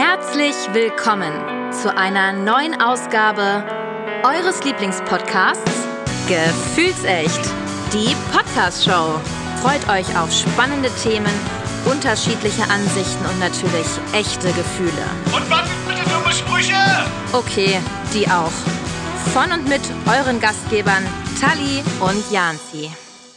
Herzlich willkommen zu einer neuen Ausgabe eures Lieblingspodcasts Gefühlsecht, die Podcast-Show. Freut euch auf spannende Themen, unterschiedliche Ansichten und natürlich echte Gefühle. Und was sind bitte dumme Sprüche? Okay, die auch. Von und mit euren Gastgebern Tali und Janzi.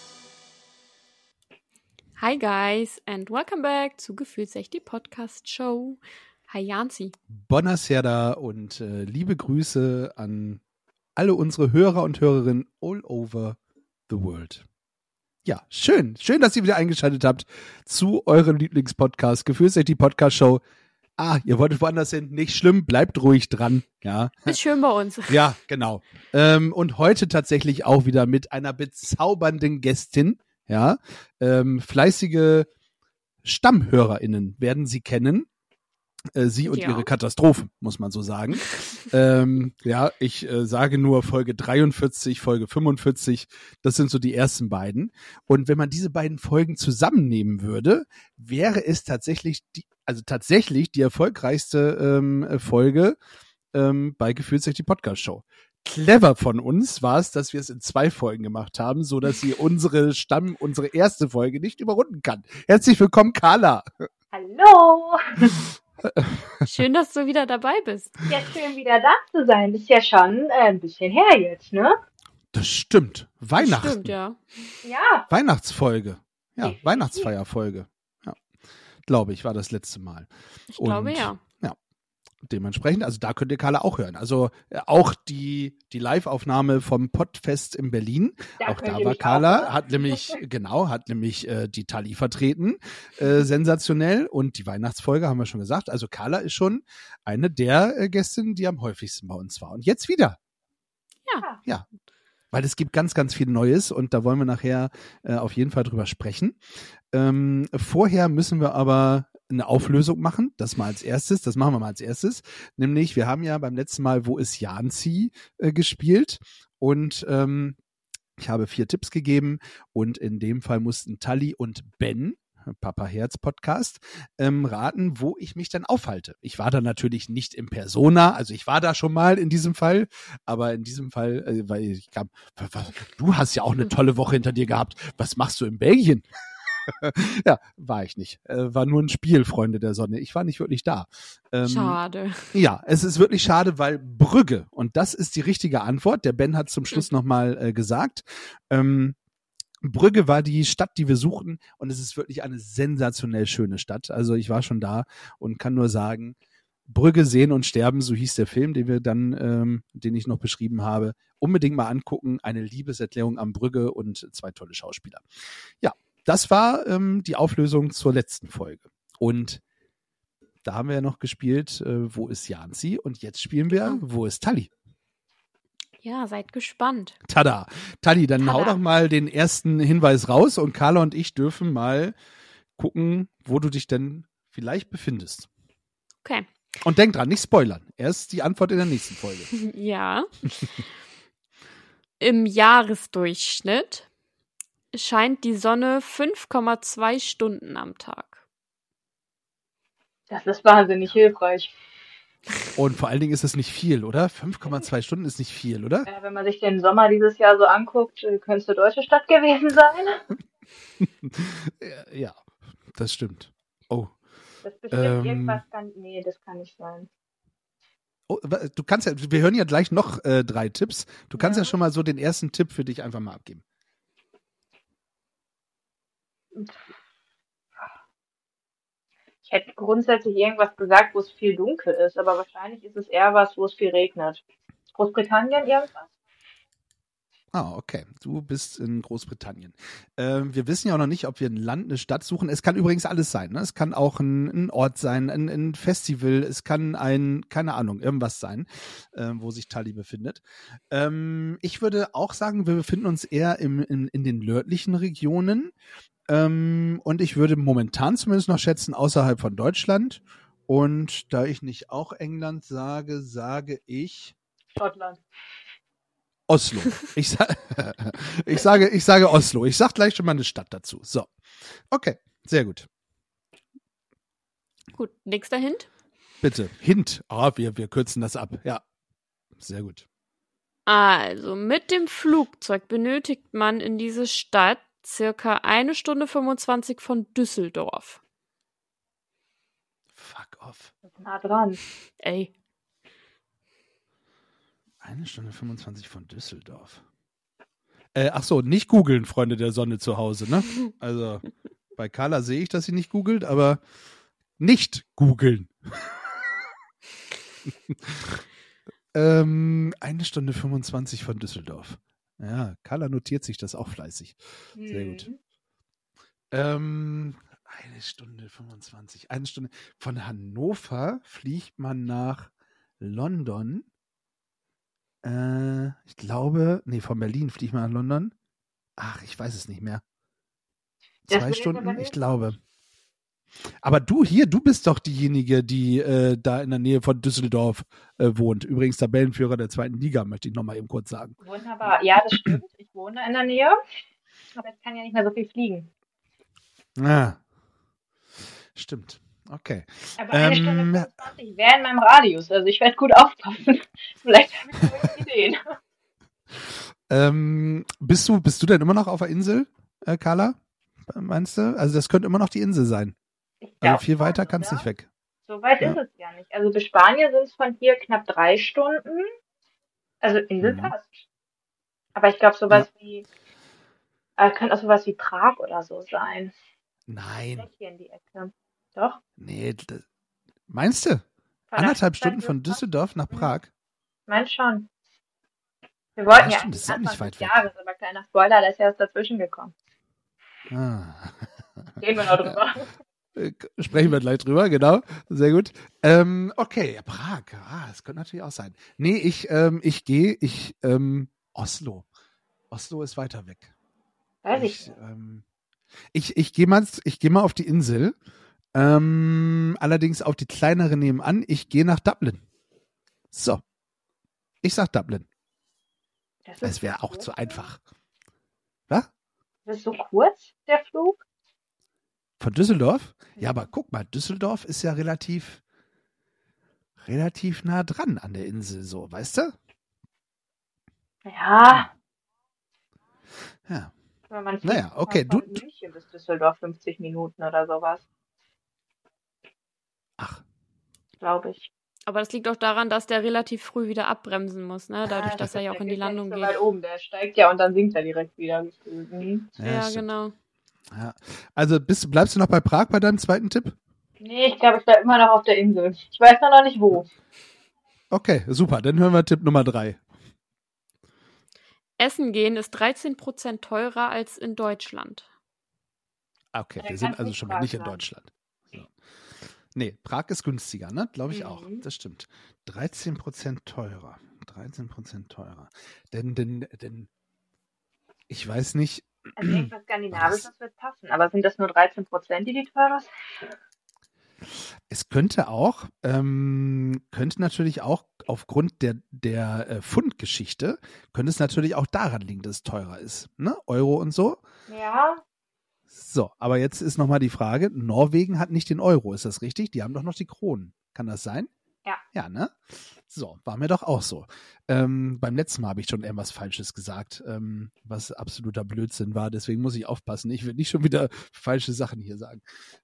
Hi guys and welcome back zu Gefühlsecht, die Podcast-Show. Hi Janzi. Buonasera und liebe Grüße an alle unsere Hörer und Hörerinnen all over the world. Ja, schön, dass ihr wieder eingeschaltet habt zu eurem Lieblingspodcast Gefühlsecht, die Podcast-Show. Ihr wolltet woanders hin, nicht schlimm, bleibt ruhig dran. Ja. Ist schön bei uns. Ja, genau. Und heute tatsächlich auch wieder mit einer bezaubernden Gästin. Ja, fleißige StammhörerInnen werden sie kennen. Sie und ihre Katastrophen, muss man so sagen. Ich sage nur Folge 43, Folge 45, das sind so die ersten beiden. Und wenn man diese beiden Folgen zusammennehmen würde, wäre es tatsächlich die erfolgreichste Folge bei Gefühlsecht, die Podcast-Show. Clever von uns war es, dass wir es in 2 Folgen gemacht haben, so dass sie unsere erste Folge nicht überrunden kann. Herzlich willkommen, Carla. Hallo. Schön, dass du wieder dabei bist. Ja, schön wieder da zu sein. Ist ja schon ein bisschen her jetzt, ne? Das stimmt. Weihnachten. Das stimmt, ja. Ja. Weihnachtsfolge. Ja, Weihnachtsfeierfolge. Ja, glaube ich, war das letzte Mal. Ich glaube, ja. Dementsprechend, also da könnt ihr Carla auch hören. Also auch die Live-Aufnahme vom Podfest in Berlin. Auch da war Carla, hat nämlich die Tali vertreten. Sensationell. Und die Weihnachtsfolge haben wir schon gesagt. Also Carla ist schon eine der Gästinnen, die am häufigsten bei uns war. Und jetzt wieder. Ja. Weil es gibt ganz, ganz viel Neues und da wollen wir nachher auf jeden Fall drüber sprechen. Vorher müssen wir aber eine Auflösung machen, das machen wir mal als erstes, nämlich wir haben ja beim letzten Mal Wo ist Janzi gespielt und ich habe 4 Tipps gegeben und in dem Fall mussten Tali und Ben, Papa Herz Podcast, raten, wo ich mich dann aufhalte. Ich war da natürlich nicht in Persona, also ich war da schon mal in diesem Fall, aber in diesem Fall, weil ich kam, du hast ja auch eine tolle Woche hinter dir gehabt, was machst du in Belgien? Ja, war ich nicht. War nur ein Spiel, Freunde der Sonne. Ich war nicht wirklich da. Schade. Ja, es ist wirklich schade, weil Brügge, und das ist die richtige Antwort, der Ben hat zum Schluss nochmal gesagt, Brügge war die Stadt, die wir suchten und es ist wirklich eine sensationell schöne Stadt. Also ich war schon da und kann nur sagen, Brügge sehen und sterben, so hieß der Film, den ich noch beschrieben habe. Unbedingt mal angucken, eine Liebeserklärung am Brügge und 2 tolle Schauspieler. Ja. Das war die Auflösung zur letzten Folge. Und da haben wir ja noch gespielt, Wo ist Janzi? Und jetzt spielen wir, Wo ist Tali? Ja, seid gespannt. Tada! Tali, dann hau doch mal den ersten Hinweis raus und Carla und ich dürfen mal gucken, wo du dich denn vielleicht befindest. Okay. Und denk dran, nicht spoilern. Erst die Antwort in der nächsten Folge. Ja. Im Jahresdurchschnitt scheint die Sonne 5,2 Stunden am Tag. Das ist wahnsinnig hilfreich. Und vor allen Dingen ist es nicht viel, oder? 5,2 Stunden ist nicht viel, oder? Ja, wenn man sich den Sommer dieses Jahr so anguckt, könnte es eine deutsche Stadt gewesen sein. Ja, das stimmt. Oh. Das ist bestimmt irgendwas nee, das kann nicht sein. Oh, du kannst ja, wir hören ja gleich noch 3 Tipps. Du kannst ja schon mal so den ersten Tipp für dich einfach mal abgeben. Ich hätte grundsätzlich irgendwas gesagt, wo es viel dunkel ist, aber wahrscheinlich ist es eher was, wo es viel regnet. Großbritannien irgendwas? Okay. Du bist in Großbritannien. Wir wissen ja auch noch nicht, ob wir ein Land, eine Stadt suchen. Es kann übrigens alles sein. Ne? Es kann auch ein Ort sein, ein Festival. Es kann keine Ahnung, irgendwas sein, wo sich Tali befindet. Ich würde auch sagen, wir befinden uns eher in den nördlichen Regionen. Und ich würde momentan zumindest noch schätzen, außerhalb von Deutschland. Und da ich nicht auch England sage, sage ich Schottland. Oslo. Ich sage Oslo. Ich sag gleich schon mal eine Stadt dazu. So. Okay, sehr gut. Gut, nächster Hint. Bitte. Hint. Wir kürzen das ab. Ja. Sehr gut. Also, mit dem Flugzeug benötigt man in diese Stadt circa 1 Stunde 25 von Düsseldorf. Fuck off. Nah dran. Ey. 1 Stunde 25 von Düsseldorf. Ach so, nicht googeln, Freunde der Sonne zu Hause, ne? Also, bei Carla sehe ich, dass sie nicht googelt, aber nicht googeln. 1 Stunde 25 von Düsseldorf. Ja, Carla notiert sich das auch fleißig. Sehr gut. 1 Stunde 25. 1 Stunde. Von Hannover fliegt man nach London. Ich glaube, von Berlin fliegt man nach London. Ach, ich weiß es nicht mehr. 2 Stunden, ich glaube. Aber du bist doch diejenige, die da in der Nähe von Düsseldorf wohnt. Übrigens Tabellenführer der 2. Liga, möchte ich nochmal eben kurz sagen. Wunderbar. Ja, das stimmt. Ich wohne in der Nähe. Aber ich kann ja nicht mehr so viel fliegen. Ah, stimmt. Okay. Aber 1 Stunde 25 wäre in meinem Radius. Also ich werde gut aufpassen. Vielleicht habe ich noch Ideen. Bist du denn immer noch auf der Insel, Carla? Meinst du? Also das könnte immer noch die Insel sein. Also viel weiter kann es nicht weg. So weit ist es ja nicht. Also bis Spanien sind es von hier knapp 3 Stunden. Also Insel passt. Aber ich glaube sowas wie, könnte auch sowas wie Prag oder so sein. Nein. Hier in die Ecke. Doch? Nee, meinst du? 1,5 Stunden von Düsseldorf nach Prag? Mein schon. Wir wollten ja eigentlich Anfang des Jahres, aber kleiner Spoiler, da ist ja was dazwischen gekommen. Ah. Reden wir noch drüber. Sprechen wir gleich drüber, genau. Sehr gut. Okay, Prag. Das könnte natürlich auch sein. Nee, ich gehe, Oslo. Oslo ist weiter weg. Weiß ich. Ich gehe mal auf die Insel. Allerdings auf die kleinere nebenan. Ich gehe nach Dublin. So. Ich sag Dublin. Das wäre auch zu einfach. Was? Das ist so kurz, der Flug? Von Düsseldorf? Ja, aber guck mal, Düsseldorf ist ja relativ nah dran an der Insel, so, weißt du? Ja. Ja. Naja, okay. Von München bis Düsseldorf 50 Minuten oder sowas. Ach. Glaube ich. Aber das liegt auch daran, dass der relativ früh wieder abbremsen muss, ne? Dadurch, dass er ja auch in die Landung geht. Weit oben, der steigt ja und dann sinkt er direkt wieder. Ja, genau. Ja. Also bleibst du noch bei Prag bei deinem zweiten Tipp? Nee, ich glaube, ich bleibe immer noch auf der Insel. Ich weiß noch nicht wo. Okay, super. Dann hören wir Tipp Nummer 3. Essen gehen ist 13% teurer als in Deutschland. Okay, wir sind also schon mal nicht in Deutschland. So. Nee, Prag ist günstiger, ne? Glaube ich auch. Das stimmt. 13% teurer. 13% teurer. Denn ich weiß nicht. Also irgendwas Skandinavisches wird passen. Aber sind das nur 13%, die teurer sind? Es könnte natürlich auch aufgrund der Pfundgeschichte, könnte es natürlich auch daran liegen, dass es teurer ist. Ne? Euro und so. Ja. So, aber jetzt ist nochmal die Frage, Norwegen hat nicht den Euro, ist das richtig? Die haben doch noch die Kronen. Kann das sein? Ja. Ja, ne? So, war mir doch auch so. Beim letzten Mal habe ich schon irgendwas Falsches gesagt, was absoluter Blödsinn war. Deswegen muss ich aufpassen. Ich will nicht schon wieder falsche Sachen hier sagen.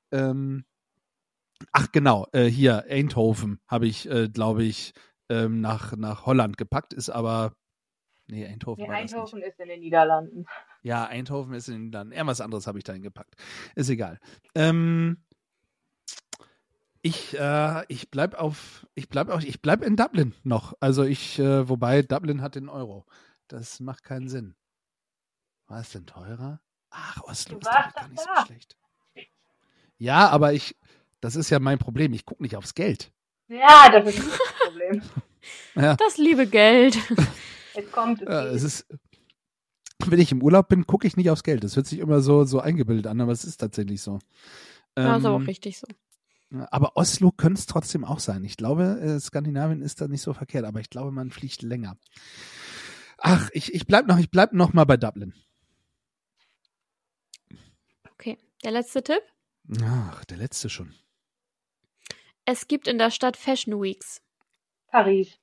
Ach genau, hier, Eindhoven habe ich, glaube ich, nach Holland gepackt, ist aber, nee, Eindhoven war das nicht. Eindhoven ist in den Niederlanden. Ja, Eindhoven ist in den Niederlanden. Irgendwas anderes habe ich dahin gepackt. Ist egal. Ich bleib in Dublin noch. Also wobei Dublin hat den Euro. Das macht keinen Sinn. War es denn teurer? Ach, Oslo ist doch gar nicht so schlecht. Ja, aber das ist ja mein Problem. Ich gucke nicht aufs Geld. Ja, das ist das Problem. Ja. Das liebe Geld. Jetzt kommt es. Wenn ich im Urlaub bin, gucke ich nicht aufs Geld. Das hört sich immer so eingebildet an, aber es ist tatsächlich so. Ja, ist aber auch richtig so. Aber Oslo könnte es trotzdem auch sein. Ich glaube, Skandinavien ist da nicht so verkehrt, aber ich glaube, man fliegt länger. Ach, ich bleib noch mal bei Dublin. Okay, der letzte Tipp? Ach, der letzte schon. Es gibt in der Stadt Fashion Weeks. Paris.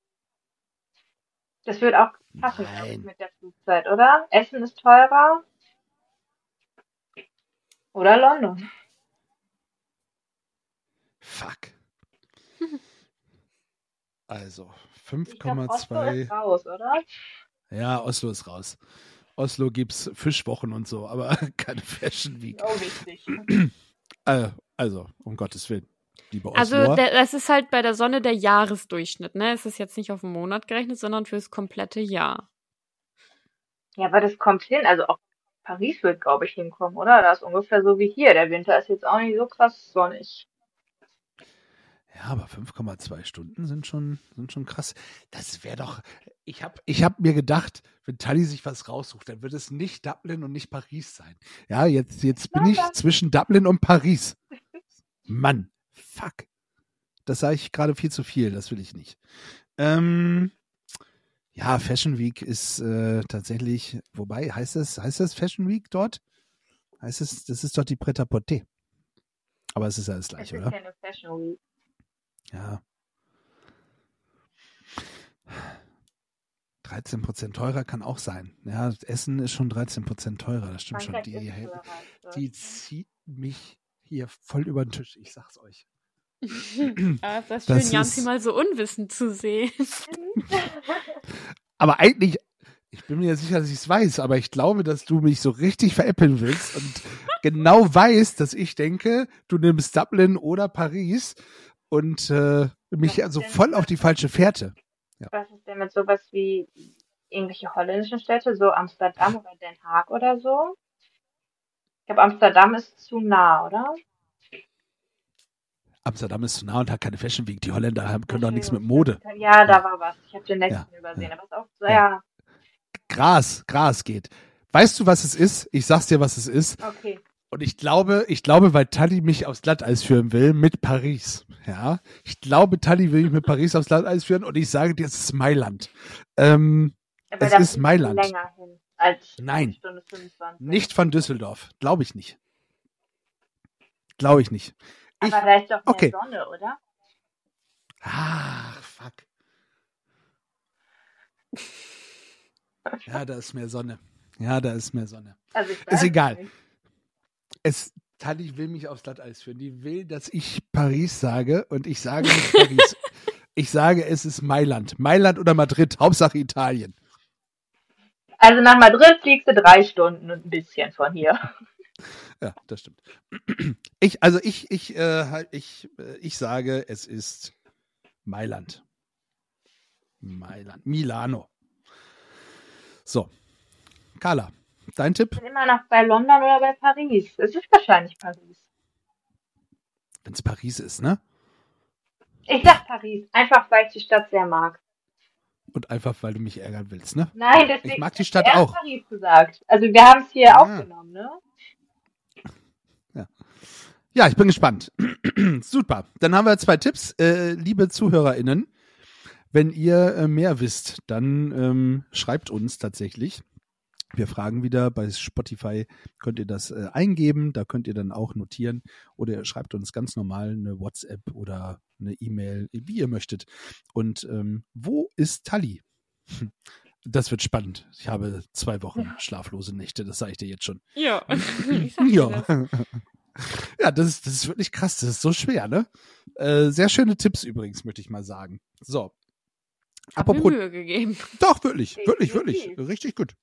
Das wird auch passen Nein. mit der Flugzeit, oder? Essen ist teurer. Oder London. Fuck. Also, Ich glaube, Oslo 5,2. ist raus, oder? Ja, Oslo ist raus. Oslo gibt's Fischwochen und so, aber keine Fashion Week. Oh, wichtig. Also, um Gottes Willen. Liebe Also Osloer. das ist halt bei der Sonne der Jahresdurchschnitt, ne? Es ist jetzt nicht auf einen Monat gerechnet, sondern fürs komplette Jahr. Ja, aber das kommt hin. Also auch Paris wird, glaube ich, hinkommen, oder? Das ist ungefähr so wie hier. Der Winter ist jetzt auch nicht so krass sonnig. Ja, aber 5,2 Stunden sind schon krass. Das wäre doch. Ich hab mir gedacht, wenn Tali sich was raussucht, dann wird es nicht Dublin und nicht Paris sein. Ja, jetzt bin ich zwischen Dublin und Paris. Mann, fuck. Das sage ich gerade viel zu viel, das will ich nicht. Ja, Fashion Week ist tatsächlich, wobei, heißt das Fashion Week dort? Das ist dort die Pret-à-Porter. Aber es ist ja das Es gleiche, ist oder? keine Fashion Week. Ja. 13% teurer kann auch sein. Ja, Essen ist schon 13% teurer, das stimmt schon. Frankreich ist teurer als Die Deutschland. zieht mich hier voll über den Tisch, ich sag's euch. Aber es ist Das schön, Janzi ist- mal so unwissend zu sehen. Aber eigentlich, ich bin mir sicher, dass ich es weiß, aber ich glaube, dass du mich so richtig veräppeln willst und genau weißt, dass ich denke, du nimmst Dublin oder Paris und mich Was also denn? voll auf die falsche Fährte. Was ist denn mit sowas wie irgendwelche holländischen Städte, so Amsterdam oder Den Haag oder so? Ich glaube, Amsterdam ist zu nah, oder? Amsterdam ist zu nah und hat keine Fashion Week. Die Holländer können doch nichts mit Mode. Ja, da war was. Ich habe den letzten Ja, übersehen. ja. Aber ist auch so, Ja. ja, Gras geht. Weißt du, was es ist? Ich sag's dir, was es ist. okay. Und ich glaube, weil Tali mich aufs Glatteis führen will mit Paris. Ja, ich glaube, Tali will mich mit Paris aufs Glatteis führen und ich sage dir, es ist Mailand. Aber Es das ist Mailand. länger hin als Nein. eine Stunde 25. Nicht von Düsseldorf. Glaube ich nicht. Glaube ich nicht. Aber da ist doch mehr okay. Sonne, oder? Ach, fuck. Ja, da ist mehr Sonne. Also ich Ist weiß egal. nicht. Tali will mich aufs Glatteis führen. Die will, dass ich Paris sage und ich sage nicht Paris. Ich sage, es ist Mailand. Mailand oder Madrid, Hauptsache Italien. Also nach Madrid fliegst du 3 Stunden und ein bisschen von hier. Ja, das stimmt. Ich sage, es ist Mailand. Milano. So. Carla, dein Tipp? Ich bin immer noch bei London oder bei Paris. Es ist wahrscheinlich Paris. Wenn es Paris ist, ne? Ich sag Paris, einfach weil ich die Stadt sehr mag. Und einfach, weil du mich ärgern willst, ne? Nein, deswegen Ich mag die hab Stadt erst auch. Paris gesagt. Also wir haben es hier Ja. aufgenommen, ne? Ja, ich bin gespannt. Super. Dann haben wir 2 Tipps. Liebe ZuhörerInnen, wenn ihr mehr wisst, dann schreibt uns tatsächlich. Wir fragen wieder, bei Spotify könnt ihr das eingeben, da könnt ihr dann auch notieren oder ihr schreibt uns ganz normal eine WhatsApp oder eine E-Mail, wie ihr möchtet. Und wo ist Tali? Das wird spannend. Ich habe 2 Wochen schlaflose Nächte, das sage ich dir jetzt schon. Ja. Ich sag dir das. Ja, das ist wirklich krass, das ist so schwer, ne? Sehr schöne Tipps übrigens, möchte ich mal sagen. So. Hab mir Apropos, Mühe gegeben. doch, wirklich, Definitiv. richtig gut.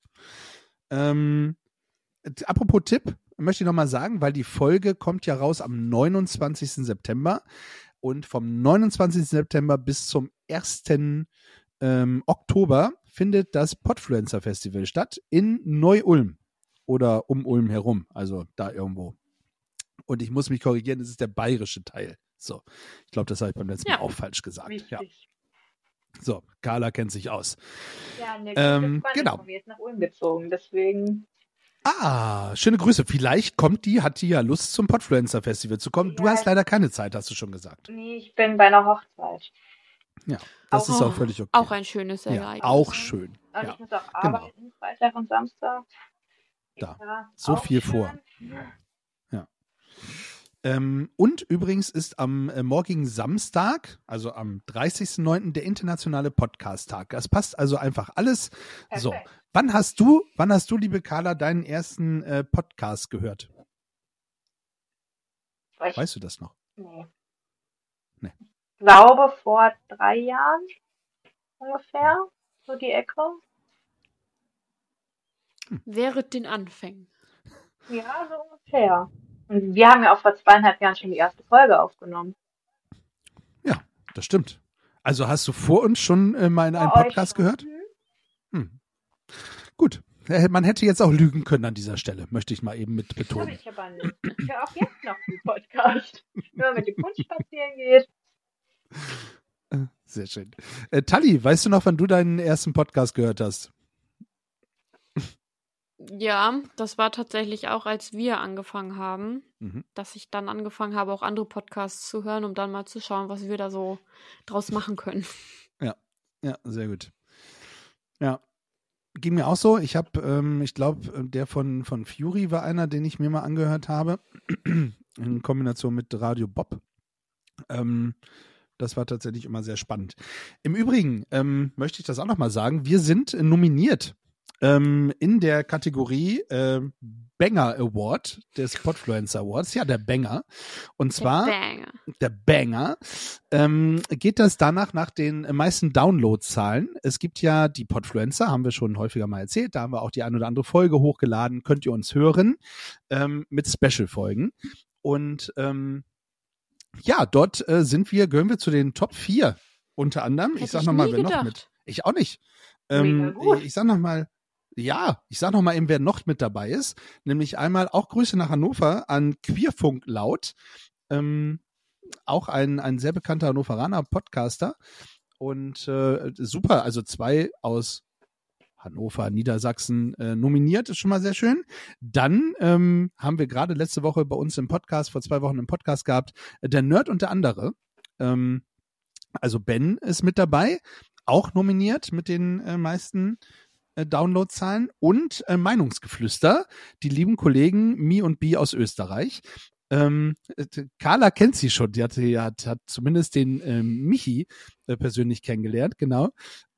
Apropos Tipp, möchte ich nochmal sagen, weil die Folge kommt ja raus am 29. September und vom 29. September bis zum 1. Oktober findet das Podfluencer Festival statt in Neu-Ulm oder um Ulm herum, also da irgendwo. Und ich muss mich korrigieren, das ist der bayerische Teil. So, ich glaube, das habe ich beim letzten Mal Ja. auch falsch gesagt. Ja. Wichtig. So, Carla kennt sich aus. Ja, eine Genau. Freundin von mir ist nach Ulm gezogen, deswegen. Ah, schöne Grüße. Vielleicht hat die ja Lust zum Podfluencer Festival zu kommen. Du Ja. hast leider keine Zeit, hast du schon gesagt. Nee, ich bin bei einer Hochzeit. Ja, das ist auch völlig okay. Auch ein schönes ja, Ereignis. auch schön. Und Ja, ich muss auch genau. arbeiten, Freitag und Samstag. Da. Ja, So auch viel schön. vor. Und übrigens ist am morgigen Samstag, also am 30.09., der internationale Podcast-Tag. Das passt also einfach alles. Perfekt. So, wann hast du, liebe Carla, deinen ersten Podcast gehört? Weißt du das noch? Nee. Nee. Ich glaube vor 3 Jahren ungefähr, so die Ecke. Während den Anfängen. Ja, so ungefähr. Und wir haben ja auch vor 2,5 Jahren schon die erste Folge aufgenommen. Ja, das stimmt. Also hast du vor uns schon mal in einen Vor euch Podcast schon. gehört? Gut. Man hätte jetzt auch lügen können an dieser Stelle, möchte ich mal eben mit Das betonen. habe ich aber nicht. Ich höre auch jetzt noch den Podcast. Wenn man mit dem Hund spazieren geht. Sehr schön. Tali, weißt du noch, wann du deinen ersten Podcast gehört hast? Ja, das war tatsächlich auch, als wir angefangen haben, dass ich dann angefangen habe, auch andere Podcasts zu hören, um dann mal zu schauen, was wir da so draus machen können. Ja, sehr gut. Ja, ging mir auch so. Ich habe, ich glaube, der von Fury war einer, den ich mir mal angehört habe, in Kombination mit Radio Bob. Das war tatsächlich immer sehr spannend. Im Übrigen möchte ich das auch nochmal sagen, wir sind nominiert in der Kategorie Banger Award des Podfluencer Awards. Ja, der Banger. Und zwar der Banger. Geht das danach nach den meisten Downloadzahlen? Es gibt ja die Podfluencer, haben wir schon häufiger mal erzählt. Da haben wir auch die ein oder andere Folge hochgeladen. Könnt ihr uns hören mit Special-Folgen. Und ja, dort gehören wir zu den Top 4 unter anderem. Hätte ich sag ich nochmal, nie wer noch gedacht. mit. Ich auch nicht. Mega gut. Ich sag nochmal eben, wer noch mit dabei ist. Nämlich einmal auch Grüße nach Hannover an Queerfunk Laut. Auch ein sehr bekannter Hannoveraner Podcaster. Und super, also 2 aus Hannover, Niedersachsen nominiert, ist schon mal sehr schön. Dann haben wir gerade letzte Woche bei uns im Podcast, vor 2 Wochen im Podcast gehabt, der Nerd und der andere. Also Ben ist mit dabei, auch nominiert mit den meisten Downloadzahlen und Meinungsgeflüster, die lieben Kollegen Mi und Bi aus Österreich. Carla kennt sie schon, die hat zumindest den Michi persönlich kennengelernt, genau.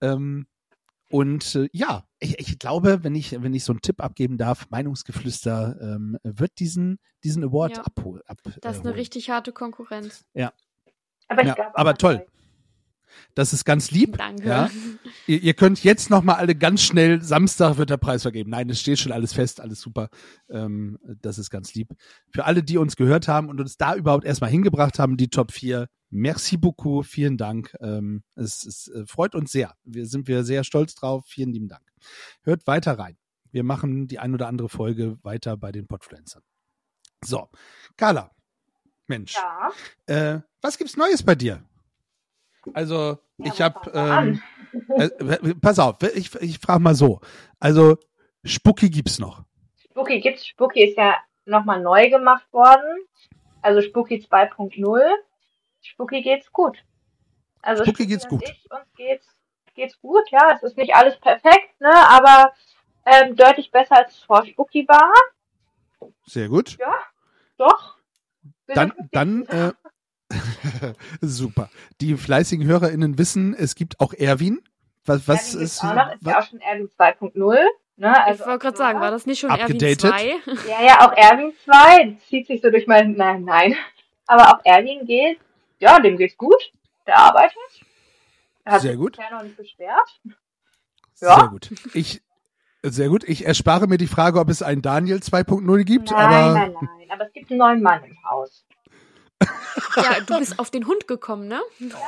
Ja, ich glaube, wenn ich so einen Tipp abgeben darf, Meinungsgeflüster wird diesen Award abholen. Das ist eine richtig harte Konkurrenz. Ja. Aber ich Ja, glaube aber toll. Das ist ganz lieb. Danke. Ja. Ihr könnt jetzt noch mal alle ganz schnell, Samstag wird der Preis vergeben. Nein, es steht schon alles fest, alles super. Das ist ganz lieb. Für alle, die uns gehört haben und uns da überhaupt erstmal hingebracht haben, die Top 4, merci beaucoup, vielen Dank. Es freut uns sehr. Sind wir sehr stolz drauf. Vielen lieben Dank. Hört weiter rein. Wir machen die ein oder andere Folge weiter bei den Podfluencern. So, Carla, Mensch, Ja. was gibt's Neues bei dir? Also, Ja, ich was habe, fangen wir an? pass auf, ich frage mal so. Also, Spucki gibt's noch. Spooky gibt's. Spooky ist ja nochmal neu gemacht worden. Also Spooky 2.0. Spooky geht's gut. Also Spooky geht's gut. Uns geht's gut, ja. Es ist nicht alles perfekt, ne, aber deutlich besser als es vor Spooky war. Sehr gut. Ja, doch. Wir sind Dann super. Die fleißigen HörerInnen wissen, es gibt auch Erwin. Was Erwin ist gibt's auch noch, ist ja auch schon Erwin 2.0. Ne? Also Ich wollte gerade sagen, war das nicht schon Abgedatet? Erwin 2? Ja, auch Erwin 2. Das zieht sich so durch mein. Nein. Aber auch Erwin geht. Ja, dem geht's gut. Der arbeitet. Er hat Sehr sich gut. bisher noch nicht beschwert. Ja. Sehr gut. Sehr gut. Ich erspare mir die Frage, ob es einen Daniel 2.0 gibt. Nein. Aber es gibt einen neuen Mann im Haus. Ja, du bist auf den Hund gekommen, ne?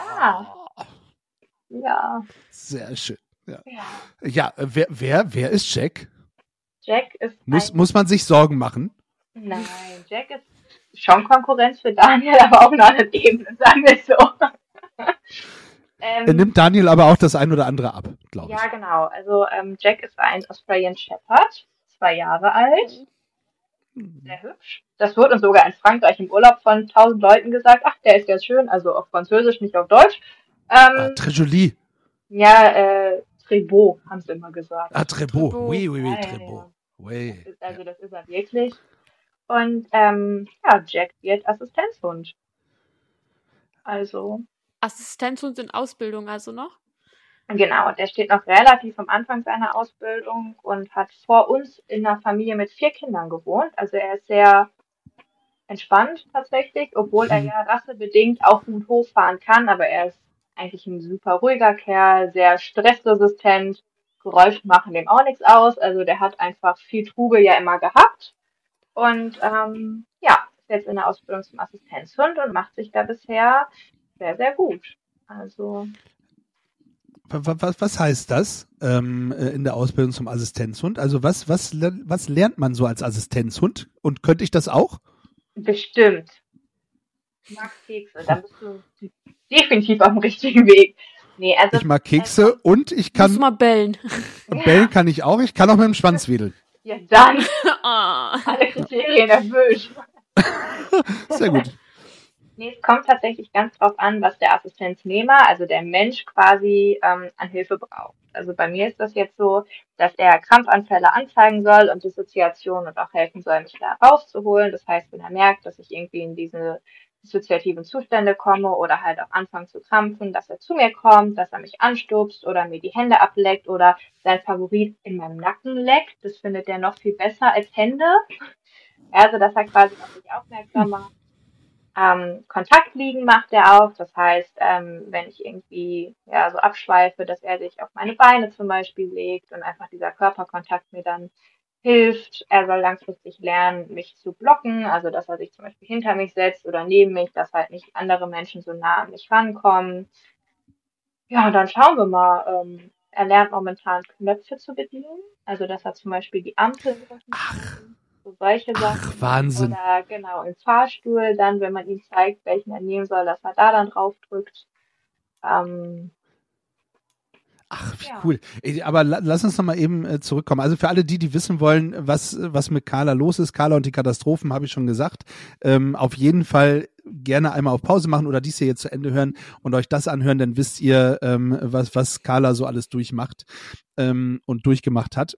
Ja. Sehr schön. Ja, wer ist Jack? Jack ist. Muss man sich Sorgen machen? Nein, Jack ist schon Konkurrenz für Daniel, aber auf einer anderen Ebene, sagen wir es so. Nimmt Daniel aber auch das ein oder andere ab, glaube ich. Ja, genau. Also Jack ist ein Australian Shepherd, 2 Jahre alt. Sehr hübsch. Das wurde uns sogar in Frankreich im Urlaub von 1000 Leuten gesagt. Ach, der ist ganz schön. Also auf Französisch, nicht auf Deutsch. Très joli. Ja, Trébeau, haben sie immer gesagt. Trébeau. Oui, Ja, Trébeau. Oui. Also das ist er wirklich. Und Jack wird Assistenzhund. Also. Assistenzhund in Ausbildung also noch? Genau, der steht noch relativ am Anfang seiner Ausbildung und hat vor uns in einer Familie mit 4 Kindern gewohnt. Also er ist sehr entspannt tatsächlich, obwohl er ja rassebedingt auch gut hochfahren kann, aber er ist eigentlich ein super ruhiger Kerl, sehr stressresistent, Geräusche machen dem auch nichts aus. Also der hat einfach viel Trubel ja immer gehabt und ist jetzt in der Ausbildung zum Assistenzhund und macht sich da bisher sehr, sehr gut. Also Was heißt das in der Ausbildung zum Assistenzhund? Also was lernt man so als Assistenzhund? Und könnte ich das auch? bestimmt. Du magst Kekse, dann bist du definitiv auf dem richtigen Weg. Nee, also Ich mag Kekse und ich Muss kann mal bellen. bellen kann ich auch. Ich kann auch mit dem Schwanz wedeln. ja dann Ah. alle Kriterien erfüllt. Sehr gut. Nee, es kommt tatsächlich ganz drauf an, was der Assistenznehmer, also der Mensch quasi an Hilfe braucht. Also bei mir ist das jetzt so, dass er Krampfanfälle anzeigen soll und Dissoziation und auch helfen soll, mich da rauszuholen. Das heißt, wenn er merkt, dass ich irgendwie in diese dissoziativen Zustände komme oder halt auch anfange zu krampfen, dass er zu mir kommt, dass er mich anstupst oder mir die Hände ableckt oder sein Favorit in meinem Nacken leckt. Das findet er noch viel besser als Hände. Also, dass er quasi auf mich aufmerksam macht. Kontaktliegen macht er auch. Das heißt, wenn ich irgendwie so abschweife, dass er sich auf meine Beine zum Beispiel legt und einfach dieser Körperkontakt mir dann hilft. Er soll langfristig lernen, mich zu blocken, also dass er sich zum Beispiel hinter mich setzt oder neben mich, dass halt nicht andere Menschen so nah an mich rankommen. Ja, und dann schauen wir mal. Er lernt momentan Knöpfe zu bedienen, also dass er zum Beispiel die Ampel drücken kann, so solche Sachen. Wahnsinn. Oder genau, im Fahrstuhl dann, wenn man ihm zeigt, welchen er nehmen soll, dass er da dann drauf drückt. Ähm, Ach, wie Ja. cool. Aber lass uns noch mal eben zurückkommen. Also für alle, die wissen wollen, was mit Carla los ist, Carla und die Katastrophen, habe ich schon gesagt. Auf jeden Fall gerne einmal auf Pause machen oder dies hier jetzt zu Ende hören und euch das anhören, dann wisst ihr, was Carla so alles durchmacht und durchgemacht hat.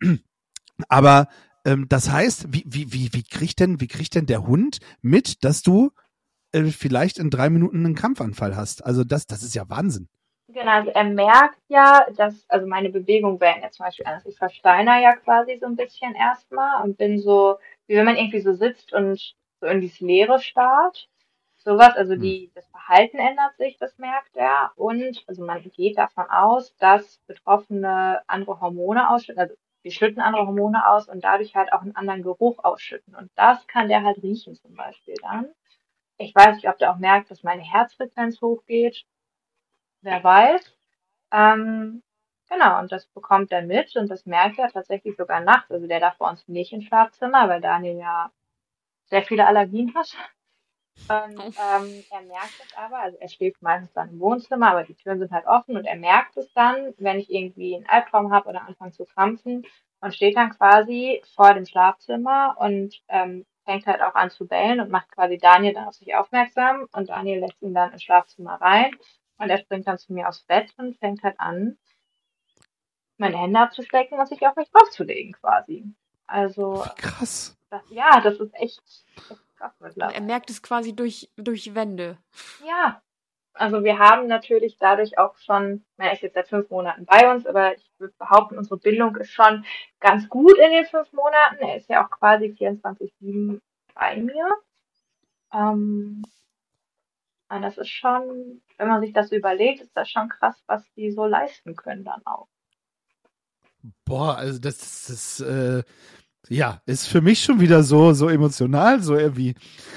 Aber das heißt, wie kriegt denn der Hund mit, dass du vielleicht in 3 Minuten einen Krampfanfall hast? Also das ist ja Wahnsinn. Genau, also er merkt ja, dass, also meine Bewegungen werden jetzt zum Beispiel anders. Ich versteiner ja quasi so ein bisschen erstmal und bin so, wie wenn man irgendwie so sitzt und so in dieses Leere starrt. Sowas, also das Verhalten ändert sich, das merkt er. Und also man geht davon aus, dass Betroffene andere Hormone ausschütten, also die schütten andere Hormone aus und dadurch halt auch einen anderen Geruch ausschütten. Und das kann der halt riechen zum Beispiel dann. Ich weiß nicht, ob der auch merkt, dass meine Herzfrequenz hochgeht. Wer weiß. Genau, und das bekommt er mit und das merkt er tatsächlich sogar nachts. Also der darf bei uns nicht ins Schlafzimmer, weil Daniel ja sehr viele Allergien hat. Und er merkt es aber, also er schläft meistens dann im Wohnzimmer, aber die Türen sind halt offen und er merkt es dann, wenn ich irgendwie einen Albtraum habe oder anfange zu krampfen und steht dann quasi vor dem Schlafzimmer und fängt halt auch an zu bellen und macht quasi Daniel dann auf sich aufmerksam und Daniel lässt ihn dann ins Schlafzimmer rein und er springt dann zu mir aufs Bett und fängt halt an, meine Hände abzustecken und sich auf mich draufzulegen quasi. Also, Wie krass. das ist echt krass mittlerweile. Er merkt es quasi durch Wände. Ja, also wir haben natürlich dadurch auch schon, er ist jetzt seit 5 Monaten bei uns, aber ich würde behaupten, unsere Bindung ist schon ganz gut in den 5 Monaten. Er ist ja auch quasi 24/7 bei mir. Und das ist schon, wenn man sich das so überlegt, ist das schon krass, was die so leisten können dann auch. Boah, also das ist ist für mich schon wieder so emotional, so irgendwie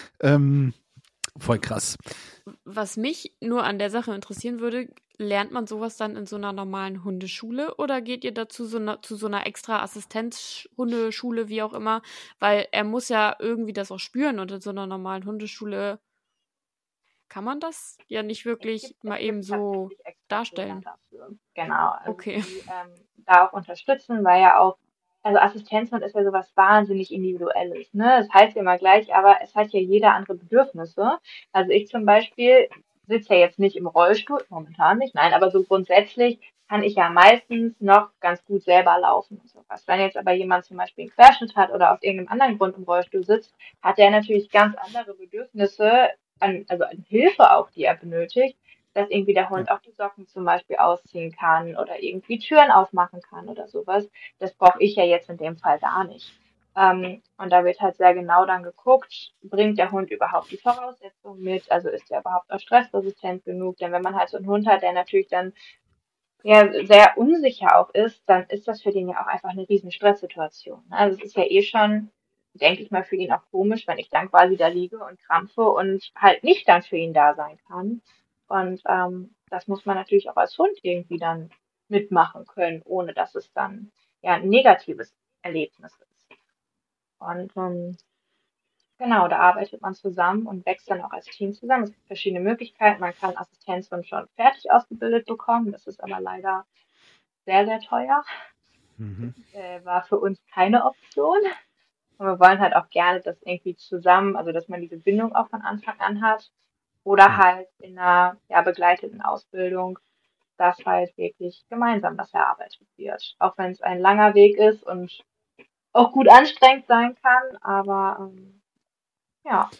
voll krass. Was mich nur an der Sache interessieren würde, lernt man sowas dann in so einer normalen Hundeschule oder geht ihr dazu zu so einer extra Assistenzhundeschule, wie auch immer? Weil er muss ja irgendwie das auch spüren und in so einer normalen Hundeschule kann man das ja nicht wirklich mal eben so tatsächlich extra darstellen. Trainer dafür. Genau, also Okay. die da auch unterstützen, weil ja auch, also Assistenzhund ist ja sowas wahnsinnig Individuelles, ne? Das heißt ja immer gleich, aber es hat ja jeder andere Bedürfnisse. Also ich zum Beispiel sitze ja jetzt nicht im Rollstuhl, momentan nicht, nein, aber so grundsätzlich kann ich ja meistens noch ganz gut selber laufen und sowas. Wenn jetzt aber jemand zum Beispiel einen Querschnitt hat oder aus irgendeinem anderen Grund im Rollstuhl sitzt, hat der natürlich ganz andere Bedürfnisse also an Hilfe auch, die er benötigt, dass irgendwie der Ja. Hund auch die Socken zum Beispiel ausziehen kann oder irgendwie Türen aufmachen kann oder sowas. Das brauche ich ja jetzt in dem Fall gar nicht. Und da wird halt sehr genau dann geguckt, bringt der Hund überhaupt die Voraussetzungen mit, also ist er überhaupt auch stressresistent genug? Denn wenn man halt so einen Hund hat, der natürlich dann ja sehr unsicher auch ist, dann ist das für den ja auch einfach eine riesen Stresssituation. Ne? Also es ist ja eh schon, denke ich mal, für ihn auch komisch, wenn ich dann quasi da liege und krampfe und halt nicht dann für ihn da sein kann. Und das muss man natürlich auch als Hund irgendwie dann mitmachen können, ohne dass es dann ja ein negatives Erlebnis ist. Und genau, da arbeitet man zusammen und wächst dann auch als Team zusammen. Es gibt verschiedene Möglichkeiten. Man kann Assistenzhund schon fertig ausgebildet bekommen. Das ist aber leider sehr, sehr teuer. Mhm. War für uns keine Option. Und wir wollen halt auch gerne das irgendwie zusammen, also dass man diese Bindung auch von Anfang an hat. Oder Ja. halt in einer ja, begleiteten Ausbildung, dass halt wirklich gemeinsam das erarbeitet wird. Auch wenn es ein langer Weg ist und auch gut anstrengend sein kann, aber ja.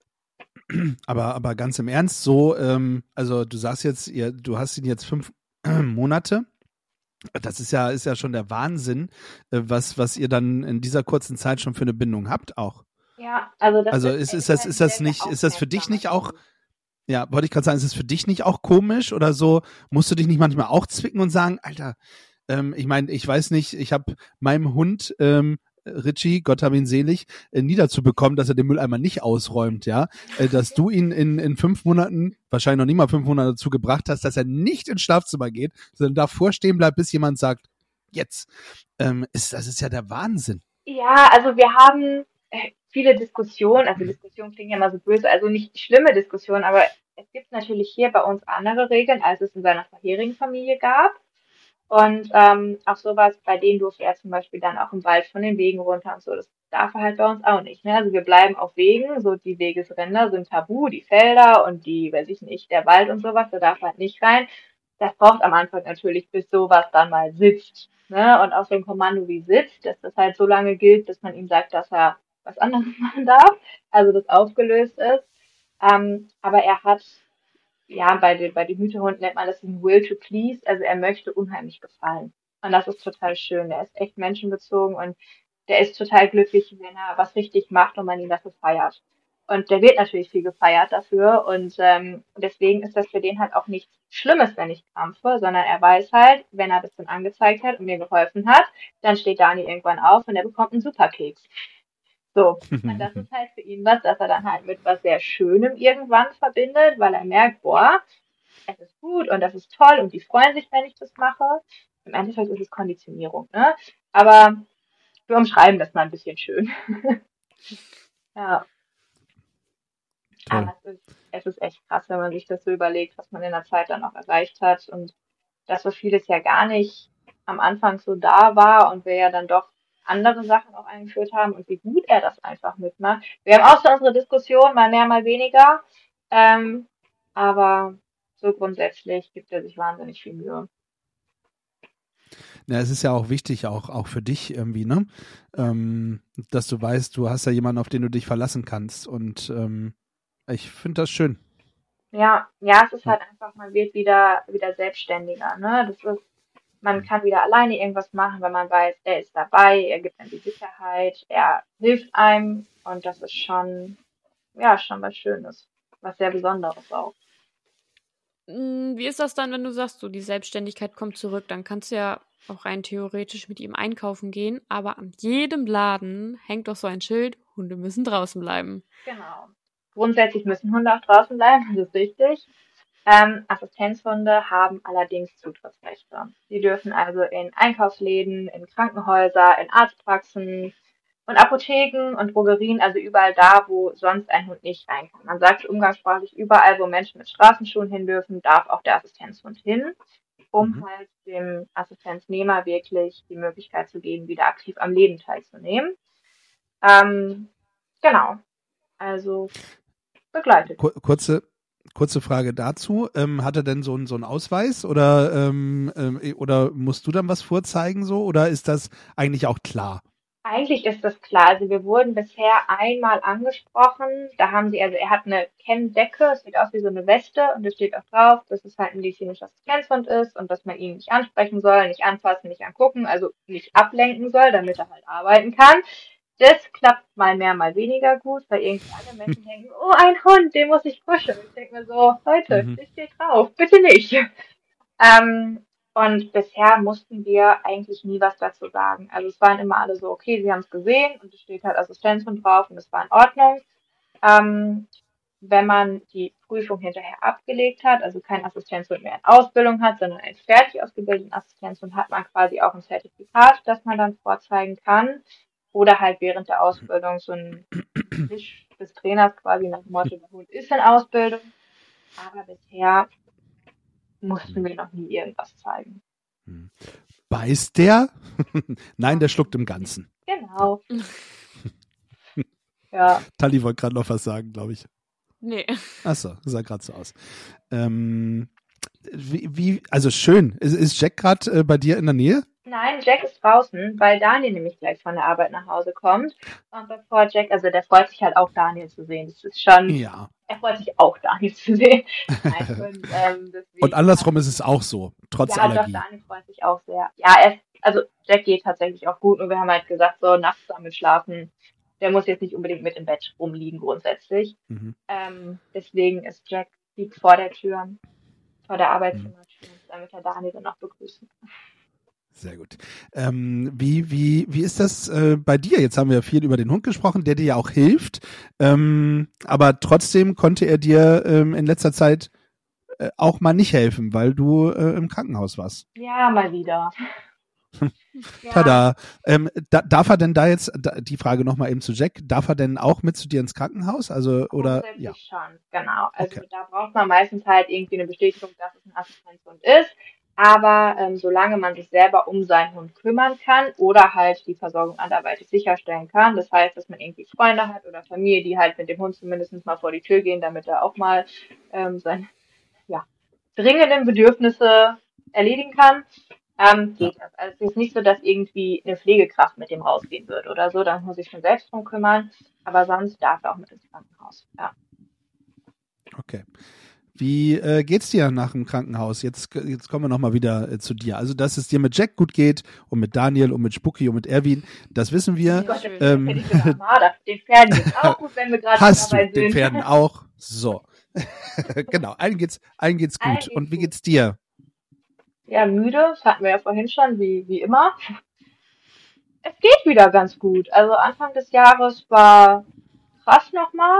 Aber ganz im Ernst, so, also du sagst jetzt, du hast ihn jetzt 5 Monate. Das ist ja schon der Wahnsinn, was ihr dann in dieser kurzen Zeit schon für eine Bindung habt auch. Ja, also das Also ist ist echt das ein nicht, sehr, ist das für dich nicht auch, Hund. ja, wollte ich gerade sagen, ist es für dich nicht auch komisch oder so? Musst du dich nicht manchmal auch zwicken und sagen, Alter, ich meine, ich weiß nicht, ich habe meinem Hund, Richie, Gott hab ihn selig, niederzubekommen, dass er den Mülleimer nicht ausräumt, ja. Dass du ihn in 5 Monaten, wahrscheinlich noch nicht mal 5 Monate dazu gebracht hast, dass er nicht ins Schlafzimmer geht, sondern davor stehen bleibt, bis jemand sagt, jetzt. Das ist ja der Wahnsinn. Ja, also wir haben viele Diskussionen, also Diskussionen klingen ja immer so böse, also nicht schlimme Diskussionen, aber es gibt natürlich hier bei uns andere Regeln, als es in seiner vorherigen Familie gab. Und auch sowas, bei denen durfte er zum Beispiel dann auch im Wald von den Wegen runter und so. Das darf er halt bei uns auch nicht. Ne? Also wir bleiben auf Wegen, so die Wegesränder sind tabu, die Felder und die, weiß ich nicht, der Wald und sowas, da darf er halt nicht rein. Das braucht am Anfang natürlich, bis sowas dann mal sitzt. Ne? Und auch so ein Kommando wie sitzt, dass das halt so lange gilt, bis man ihm sagt, dass er was anderes machen darf. Also das aufgelöst ist. Aber er hat ja, bei den Hütehunden nennt man das ein Will to Please, also er möchte unheimlich gefallen. Und das ist total schön. Der ist echt menschenbezogen und der ist total glücklich, wenn er was richtig macht und man ihn dafür feiert. Und der wird natürlich viel gefeiert dafür und deswegen ist das für den halt auch nichts Schlimmes, wenn ich krampfe, sondern er weiß halt, wenn er das dann angezeigt hat und mir geholfen hat, dann steht Dani irgendwann auf und er bekommt einen Superkeks. So, und das ist halt für ihn was, dass er dann halt mit was sehr Schönem irgendwann verbindet, weil er merkt, boah, es ist gut und das ist toll und die freuen sich, wenn ich das mache. Im Endeffekt ist es Konditionierung, ne? Aber wir umschreiben das mal ein bisschen schön. Ja, Toll. aber es ist echt krass, wenn man sich das so überlegt, was man in der Zeit dann auch erreicht hat und dass so vieles ja gar nicht am Anfang so da war und wir ja dann doch andere Sachen auch eingeführt haben und wie gut er das einfach mitmacht. Wir haben auch so unsere Diskussion, mal mehr, mal weniger, aber so grundsätzlich gibt er sich wahnsinnig viel Mühe. Ja, es ist ja auch wichtig, auch für dich irgendwie, ne? Dass du weißt, du hast ja jemanden, auf den du dich verlassen kannst. Und ich finde das schön. Ja, es ist halt einfach, man wird wieder selbstständiger, ne? Man kann wieder alleine irgendwas machen, wenn man weiß, er ist dabei, er gibt einem die Sicherheit, er hilft einem und das ist schon was Schönes, was sehr Besonderes auch. Wie ist das dann, wenn du sagst, so die Selbstständigkeit kommt zurück? Dann kannst du ja auch rein theoretisch mit ihm einkaufen gehen, aber an jedem Laden hängt doch so ein Schild, Hunde müssen draußen bleiben. Genau. Grundsätzlich müssen Hunde auch draußen bleiben, das ist richtig. Assistenzhunde haben allerdings Zutrittsrechte. Sie dürfen also in Einkaufsläden, in Krankenhäuser, in Arztpraxen und Apotheken und Drogerien, also überall da, wo sonst ein Hund nicht rein kann. Man sagt umgangssprachlich, überall, wo Menschen mit Straßenschuhen hin dürfen, darf auch der Assistenzhund hin, um halt dem Assistenznehmer wirklich die Möglichkeit zu geben, wieder aktiv am Leben teilzunehmen. Genau. Also begleitet. kurze Frage dazu. Hat er denn so einen Ausweis oder musst du dann was vorzeigen so oder ist das eigentlich auch klar? Eigentlich ist das klar. Also wir wurden bisher einmal angesprochen. Da haben sie, also er hat eine Kenndecke, es sieht aus wie so eine Weste und es steht auch drauf, dass es halt ein medizinischer Assistenzhund ist und dass man ihn nicht ansprechen soll, nicht anfassen, nicht angucken, also nicht ablenken soll, damit er halt arbeiten kann. Das klappt mal mehr, mal weniger gut, weil irgendwie alle Menschen denken, oh, ein Hund, den muss ich kuscheln. Ich denke mir so, Leute, Mhm. das steht drauf, bitte nicht. Und bisher mussten wir eigentlich nie was dazu sagen. Also es waren immer alle so, okay, sie haben es gesehen und es steht halt Assistenzhund drauf und es war in Ordnung. Ähm, Wenn man die Prüfung hinterher abgelegt hat, also kein Assistenzhund mehr in Ausbildung hat, sondern einen fertig ausgebildeten Assistenzhund, hat man quasi auch ein Zertifikat, das man dann vorzeigen kann. Oder halt während der Ausbildung so ein Wisch des Trainers quasi nach dem Motto, der Hund ist in Ausbildung. Aber bisher mussten wir noch nie irgendwas zeigen. Beißt der? Nein, der schluckt im Ganzen. Genau. Ja. Tali wollte gerade noch was sagen, glaube ich. Nee. Achso, sah gerade so aus. Also schön. Ist Jack gerade bei dir in der Nähe? Nein, Jack ist draußen, weil Daniel nämlich gleich von der Arbeit nach Hause kommt. Und bevor Jack, also der freut sich halt auch, Daniel zu sehen. Das ist schon, Ja. er freut sich auch, Daniel zu sehen. Nein, deswegen, Und andersrum ist es auch so, trotz ja, doch, Allergie. Daniel freut sich auch sehr. Ja, also Jack geht tatsächlich auch gut. Und wir haben halt gesagt, so nachts damit schlafen. Der muss jetzt nicht unbedingt mit im Bett rumliegen grundsätzlich. Mhm. Deswegen ist Jack liegt vor der Tür, vor der Arbeitszimmertür, damit er Daniel dann auch begrüßen kann. Sehr gut. Wie ist das bei dir? Jetzt haben wir viel über den Hund gesprochen, der dir ja auch hilft. Aber trotzdem konnte er dir in letzter Zeit auch mal nicht helfen, weil du im Krankenhaus warst. Ja, mal wieder. Ja, Tada. Darf er denn da jetzt, die Frage nochmal eben zu Jack, darf er denn auch mit zu dir ins Krankenhaus? Also, oder, grundsätzlich ja. schon, genau. Also Okay. da braucht man meistens halt irgendwie eine Bestätigung, dass es ein Assistenzhund ist. Aber solange man sich selber um seinen Hund kümmern kann oder halt die Versorgung anderweitig sicherstellen kann, das heißt, dass man irgendwie Freunde hat oder Familie, die halt mit dem Hund zumindest mal vor die Tür gehen, damit er auch mal seine dringenden Bedürfnisse erledigen kann, geht das. Also es ist nicht so, dass irgendwie eine Pflegekraft mit dem rausgehen wird oder so, dann muss ich schon selbst drum kümmern, aber sonst darf er auch mit ins Krankenhaus. Ja. Okay. Wie geht's dir nach dem Krankenhaus? Jetzt kommen wir nochmal wieder zu dir. Also, dass es dir mit Jack gut geht und mit Daniel und mit Spucki und mit Erwin, das wissen wir. Gott, schön. das hätte ich sogar Marder. Den Pferden geht's auch gut, wenn wir gerade Hast du dabei sind. den Pferden auch? So. Genau, allen geht's Allen gut. geht's Und wie gut. geht's dir? Ja, müde, das hatten wir ja vorhin schon, wie immer. Es geht wieder ganz gut. Also Anfang des Jahres war krass nochmal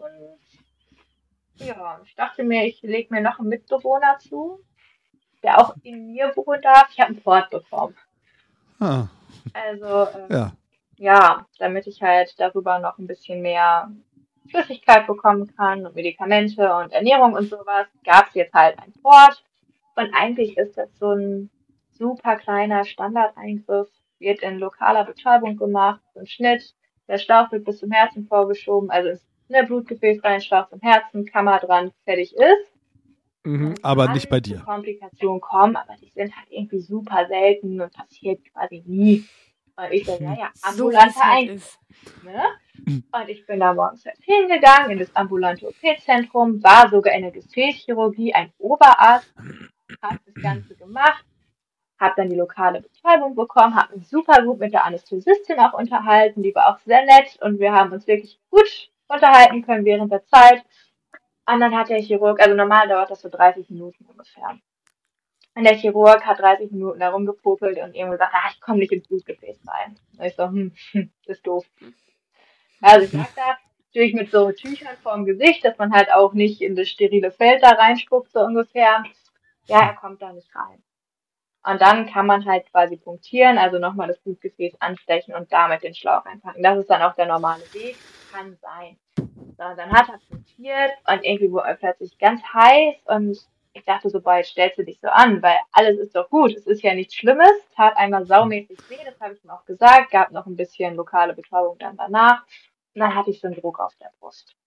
und ja, ich dachte mir, ich lege mir noch einen Mitbewohner zu, der auch in mir wohnen darf. Ich habe einen Port bekommen. Ah, Also ja. ja, damit ich halt darüber noch ein bisschen mehr Flüssigkeit bekommen kann und Medikamente und Ernährung und sowas, gab es jetzt halt einen Port. Und eigentlich ist das so ein super kleiner Standardeingriff, wird in lokaler Betäubung gemacht, so ein Schnitt, der Schlauch wird bis zum Herzen vorgeschoben, also ist Blutgefäß rein, Schlauch zum Herzen, Kammer dran, fertig ist. Mhm, Und aber kann nicht bei zu dir. Komplikationen kommen, aber die sind halt irgendwie super selten und passiert quasi nie. Und ich so, ja, So wie es ambulanter halt Eingriff. ist. Ne? Und ich bin da morgens halt hingegangen in das ambulante OP-Zentrum, war sogar in der Gefäßchirurgie ein Oberarzt, hat das Ganze gemacht, habe dann die lokale Betäubung bekommen, habe mich super gut mit der Anästhesistin auch unterhalten, die war auch sehr nett und wir haben uns wirklich gut unterhalten können während der Zeit. Und dann hat der Chirurg, also normal dauert das so 30 Minuten ungefähr. Und der Chirurg hat 30 Minuten da rumgepopelt und ihm gesagt, ich komme nicht ins Blutgefäß rein. Und ich so, das ist doof. Also ich lag da natürlich mit so Tüchern vorm Gesicht, dass man halt auch nicht in das sterile Feld da reinspuckt, so ungefähr. Ja, er kommt da nicht rein. Und dann kann man halt quasi punktieren, also nochmal das Blutgefäß anstechen und damit den Schlauch reinpacken. Das ist dann auch der normale Weg. Kann sein. So, dann hat er punktiert und irgendwie wurde er plötzlich ganz heiß und ich dachte so, boah, jetzt stellst du dich so an, weil alles ist doch gut. Es ist ja nichts Schlimmes. Tat einmal saumäßig weh, das habe ich ihm auch gesagt. Gab noch ein bisschen lokale Betäubung dann danach. Und dann hatte ich so einen Druck auf der Brust.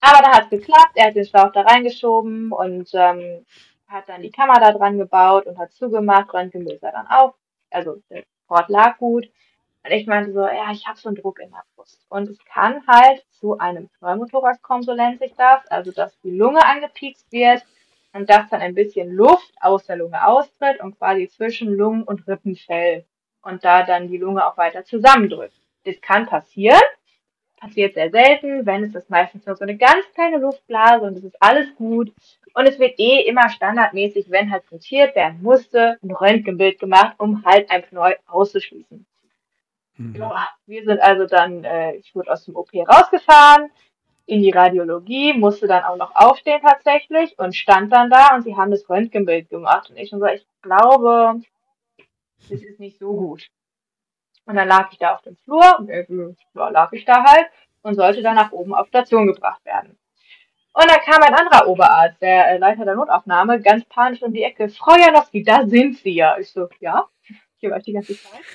Aber da hat es geklappt, er hat den Schlauch da reingeschoben und hat dann die Kammer da dran gebaut und hat zugemacht, Röntgenbild sah dann auf, also der Port lag gut. Und ich meinte so, ja, ich habe so einen Druck in der Brust. Und es kann halt zu einem Pneumothorax kommen, so nennt sich das, also dass die Lunge angepiekst wird und dass dann ein bisschen Luft aus der Lunge austritt und quasi zwischen Lungen- und Rippenfell und da dann die Lunge auch weiter zusammendrückt. Das kann passieren, passiert sehr selten, wenn es ist meistens nur so eine ganz kleine Luftblase und es ist alles gut. Und es wird immer standardmäßig, wenn halt punktiert werden musste, ein Röntgenbild gemacht, um halt ein Pneu auszuschließen. Ja, wir sind also dann, ich wurde aus dem OP rausgefahren, in die Radiologie, musste dann auch noch aufstehen tatsächlich und stand dann da und sie haben das Röntgenbild gemacht. Und ich so, ich glaube, das ist nicht so gut. Und dann lag ich da auf dem Flur und lag ich da halt und sollte dann nach oben auf Station gebracht werden. Und dann kam ein anderer Oberarzt, der Leiter der Notaufnahme, ganz panisch um die Ecke. Frau Janowski, da sind Sie ja. Ich so, ja, hier war ich die ganze Zeit.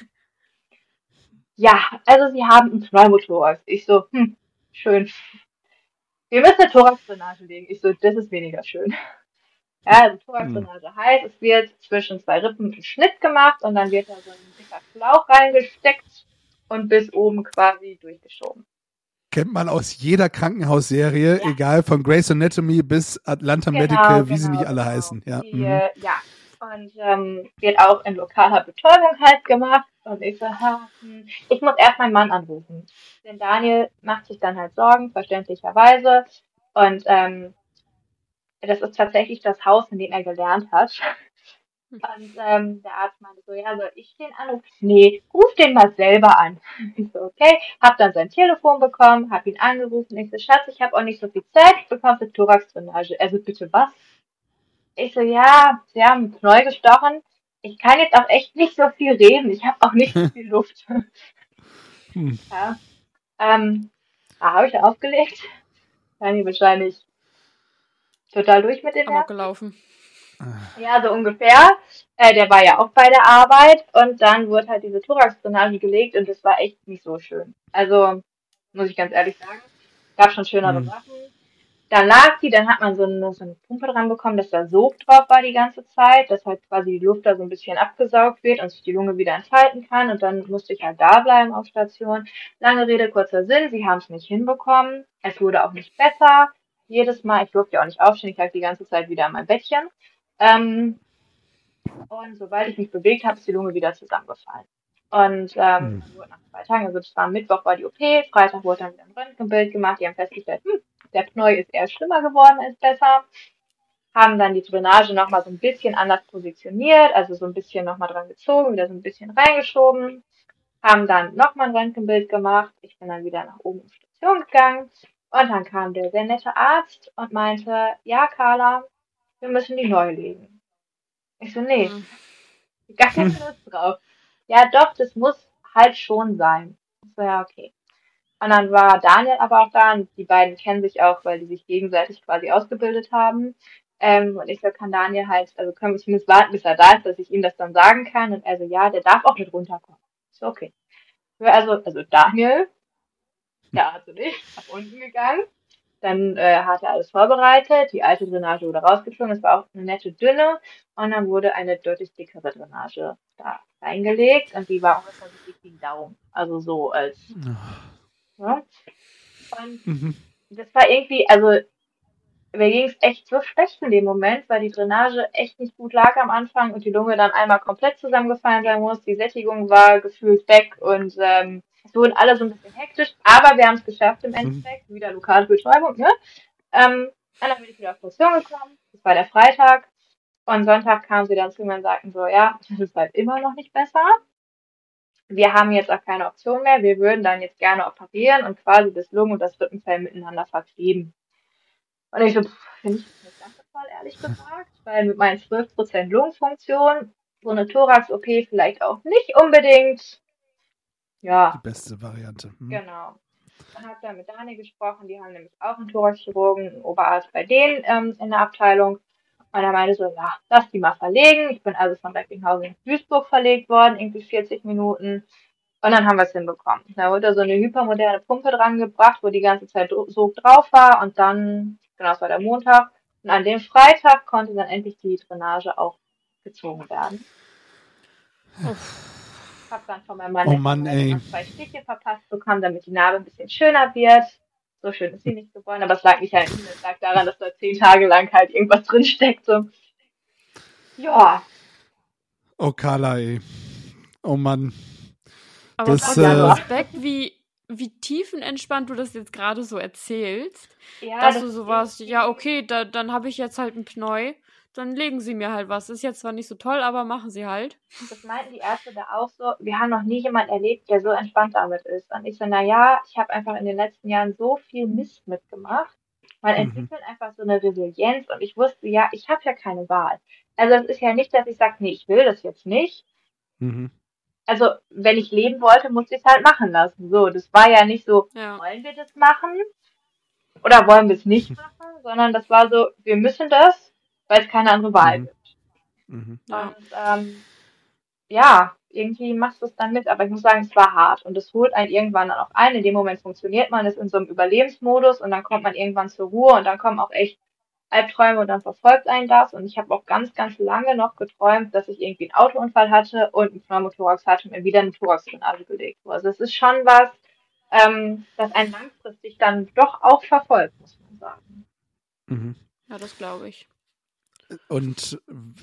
Ja, also Sie haben einen Pneumothorax. Ich so, schön. Wir müssen eine Thoraxdrainage legen. Ich so, das ist weniger schön. Ja, also Thoraxdrainage heißt, es wird zwischen zwei Rippen ein Schnitt gemacht und dann wird da so ein dicker Schlauch reingesteckt und bis oben quasi durchgeschoben. Kennt man aus jeder Krankenhausserie, Ja. egal von Grey's Anatomy bis Atlanta Medical, wie sie nicht alle heißen. Ja. Ja. Und wird auch in lokaler Betäubung halt gemacht. Und ich so, ich muss erst meinen Mann anrufen. Denn Daniel macht sich dann halt Sorgen, verständlicherweise. Und das ist tatsächlich das Haus, in dem er gelernt hat. Und der Arzt meinte so, ja, soll ich den anrufen? Nee, ruf den mal selber an. Ich so, okay, hab dann sein Telefon bekommen, hab ihn angerufen. Ich so, Schatz, ich habe auch nicht so viel Zeit, ich bekomme eine Thoraxdrainage. Also bitte was? Ich so, ja, sie haben einen Pneu gestochen. Ich kann jetzt auch echt nicht so viel reden. Ich habe auch nicht so viel Luft. Ja. Da habe ich dann aufgelegt. Dann wahrscheinlich total durch mit dem Amok gelaufen. Ja, so ungefähr. Der war ja auch bei der Arbeit und dann wurde halt diese Thoraxdrainage gelegt und das war echt nicht so schön. Also, muss ich ganz ehrlich sagen, gab schon schönere Sachen. Dann lag die, dann hat man so eine Pumpe dran bekommen, dass da Sog drauf war die ganze Zeit, dass halt quasi die Luft da so ein bisschen abgesaugt wird und sich die Lunge wieder entfalten kann und dann musste ich halt da bleiben auf Station. Lange Rede, kurzer Sinn, sie haben es nicht hinbekommen. Es wurde auch nicht besser. Jedes Mal, ich durfte ja auch nicht aufstehen, ich lag die ganze Zeit wieder in meinem Bettchen. Und sobald ich mich bewegt habe, ist die Lunge wieder zusammengefallen. Und dann wurde nach 2 Tagen, also das war Mittwoch war die OP, Freitag wurde dann wieder ein Röntgenbild gemacht, die haben festgestellt, der Pneu ist eher schlimmer geworden als besser, haben dann die Drainage nochmal so ein bisschen anders positioniert, also so ein bisschen nochmal dran gezogen, wieder so ein bisschen reingeschoben, haben dann nochmal ein Röntgenbild gemacht, ich bin dann wieder nach oben in die Station gegangen und dann kam der sehr nette Arzt und meinte, ja Carla, wir müssen die neu legen. Ich so, nee, gar keine Lust drauf. Ja doch, das muss halt schon sein. Ich so, ja, okay. Und dann war Daniel aber auch da und die beiden kennen sich auch, weil die sich gegenseitig quasi ausgebildet haben. Und ich so, kann Daniel halt, also können wir zumindest warten, bis er da ist, dass ich ihm das dann sagen kann. Und er so, ja, der darf auch mit runterkommen. Ich so, okay. Also Daniel, der Arzt und ich, nach unten gegangen. Dann hat er alles vorbereitet, die alte Drainage wurde rausgezogen, es war auch eine nette dünne und dann wurde eine deutlich dickere Drainage da reingelegt und die war ungefähr so dick wie ein Daumen. Also so als ja. Und das war irgendwie, also mir ging es echt so schlecht in dem Moment, weil die Drainage echt nicht gut lag am Anfang und die Lunge dann einmal komplett zusammengefallen sein muss. Die Sättigung war gefühlt weg und es wurden alle so ein bisschen hektisch, aber wir haben es geschafft im Endeffekt. Wieder lokale Betäubung, ne? Und dann bin ich wieder auf Station gekommen. Das war der Freitag. Und Sonntag kamen sie dann zu mir und sagten so, ja, das ist halt immer noch nicht besser. Wir haben jetzt auch keine Option mehr. Wir würden dann jetzt gerne operieren und quasi das Lungen- und das Rippenfell miteinander verkleben. Und ich so, finde ich das nicht ganz so toll, ehrlich gesagt, weil mit meinen 12% Lungenfunktion so eine Thorax-OP vielleicht auch nicht unbedingt, ja. Die beste Variante. Genau. Dann habe ich dann mit Daniel gesprochen, die haben nämlich auch einen Thoraxchirurgen, einen Oberarzt bei denen in der Abteilung. Und er meinte so, ja, lass die mal verlegen. Ich bin also von Recklinghausen in Duisburg verlegt worden, irgendwie 40 Minuten. Und dann haben wir es hinbekommen. Da wurde so eine hypermoderne Pumpe dran gebracht, wo die ganze Zeit Sog drauf war. Und dann, genau, das war der Montag. Und an dem Freitag konnte dann endlich die Drainage auch gezogen werden. Ich habe dann von meinem Mann noch 2 Stiche verpasst bekommen, damit die Narbe ein bisschen schöner wird. So schön ist sie nicht geworden, aber es lag nicht an ihm. Es lag daran, dass da 10 Tage lang halt irgendwas drin steckte. Ja. Oh, Carla, ey. Oh Mann. Aber Respekt, wie tiefenentspannt du das jetzt gerade so erzählst. Ja, dass du so warst, ja, okay, dann habe ich jetzt halt ein Pneu. Dann legen sie mir halt was. Ist jetzt zwar nicht so toll, aber machen sie halt. Das meinten die Ärzte da auch so. Wir haben noch nie jemanden erlebt, der so entspannt damit ist. Und ich so, naja, ich habe einfach in den letzten Jahren so viel Mist mitgemacht. Man entwickelt einfach so eine Resilienz. Und ich wusste, ja, ich habe ja keine Wahl. Also es ist ja nicht, dass ich sage, nee, ich will das jetzt nicht. Also wenn ich leben wollte, musste ich es halt machen lassen. So, das war ja nicht so, wollen wir das machen? Oder wollen wir es nicht machen? Sondern das war so, wir müssen das, weil es keine andere Wahl gibt. Und irgendwie machst du es dann mit, aber ich muss sagen, es war hart und es holt einen irgendwann dann auch ein. In dem Moment funktioniert man, ist in so einem Überlebensmodus und dann kommt man irgendwann zur Ruhe und dann kommen auch echt Albträume und dann verfolgt einen das. Und ich habe auch ganz, ganz lange noch geträumt, dass ich irgendwie einen Autounfall hatte und einen Pneumothorax hatte und mir wieder eine Thoraxdrainage gelegt wurde. Also es ist schon was, das einen langfristig dann doch auch verfolgt, muss man sagen. Ja, das glaube ich. Und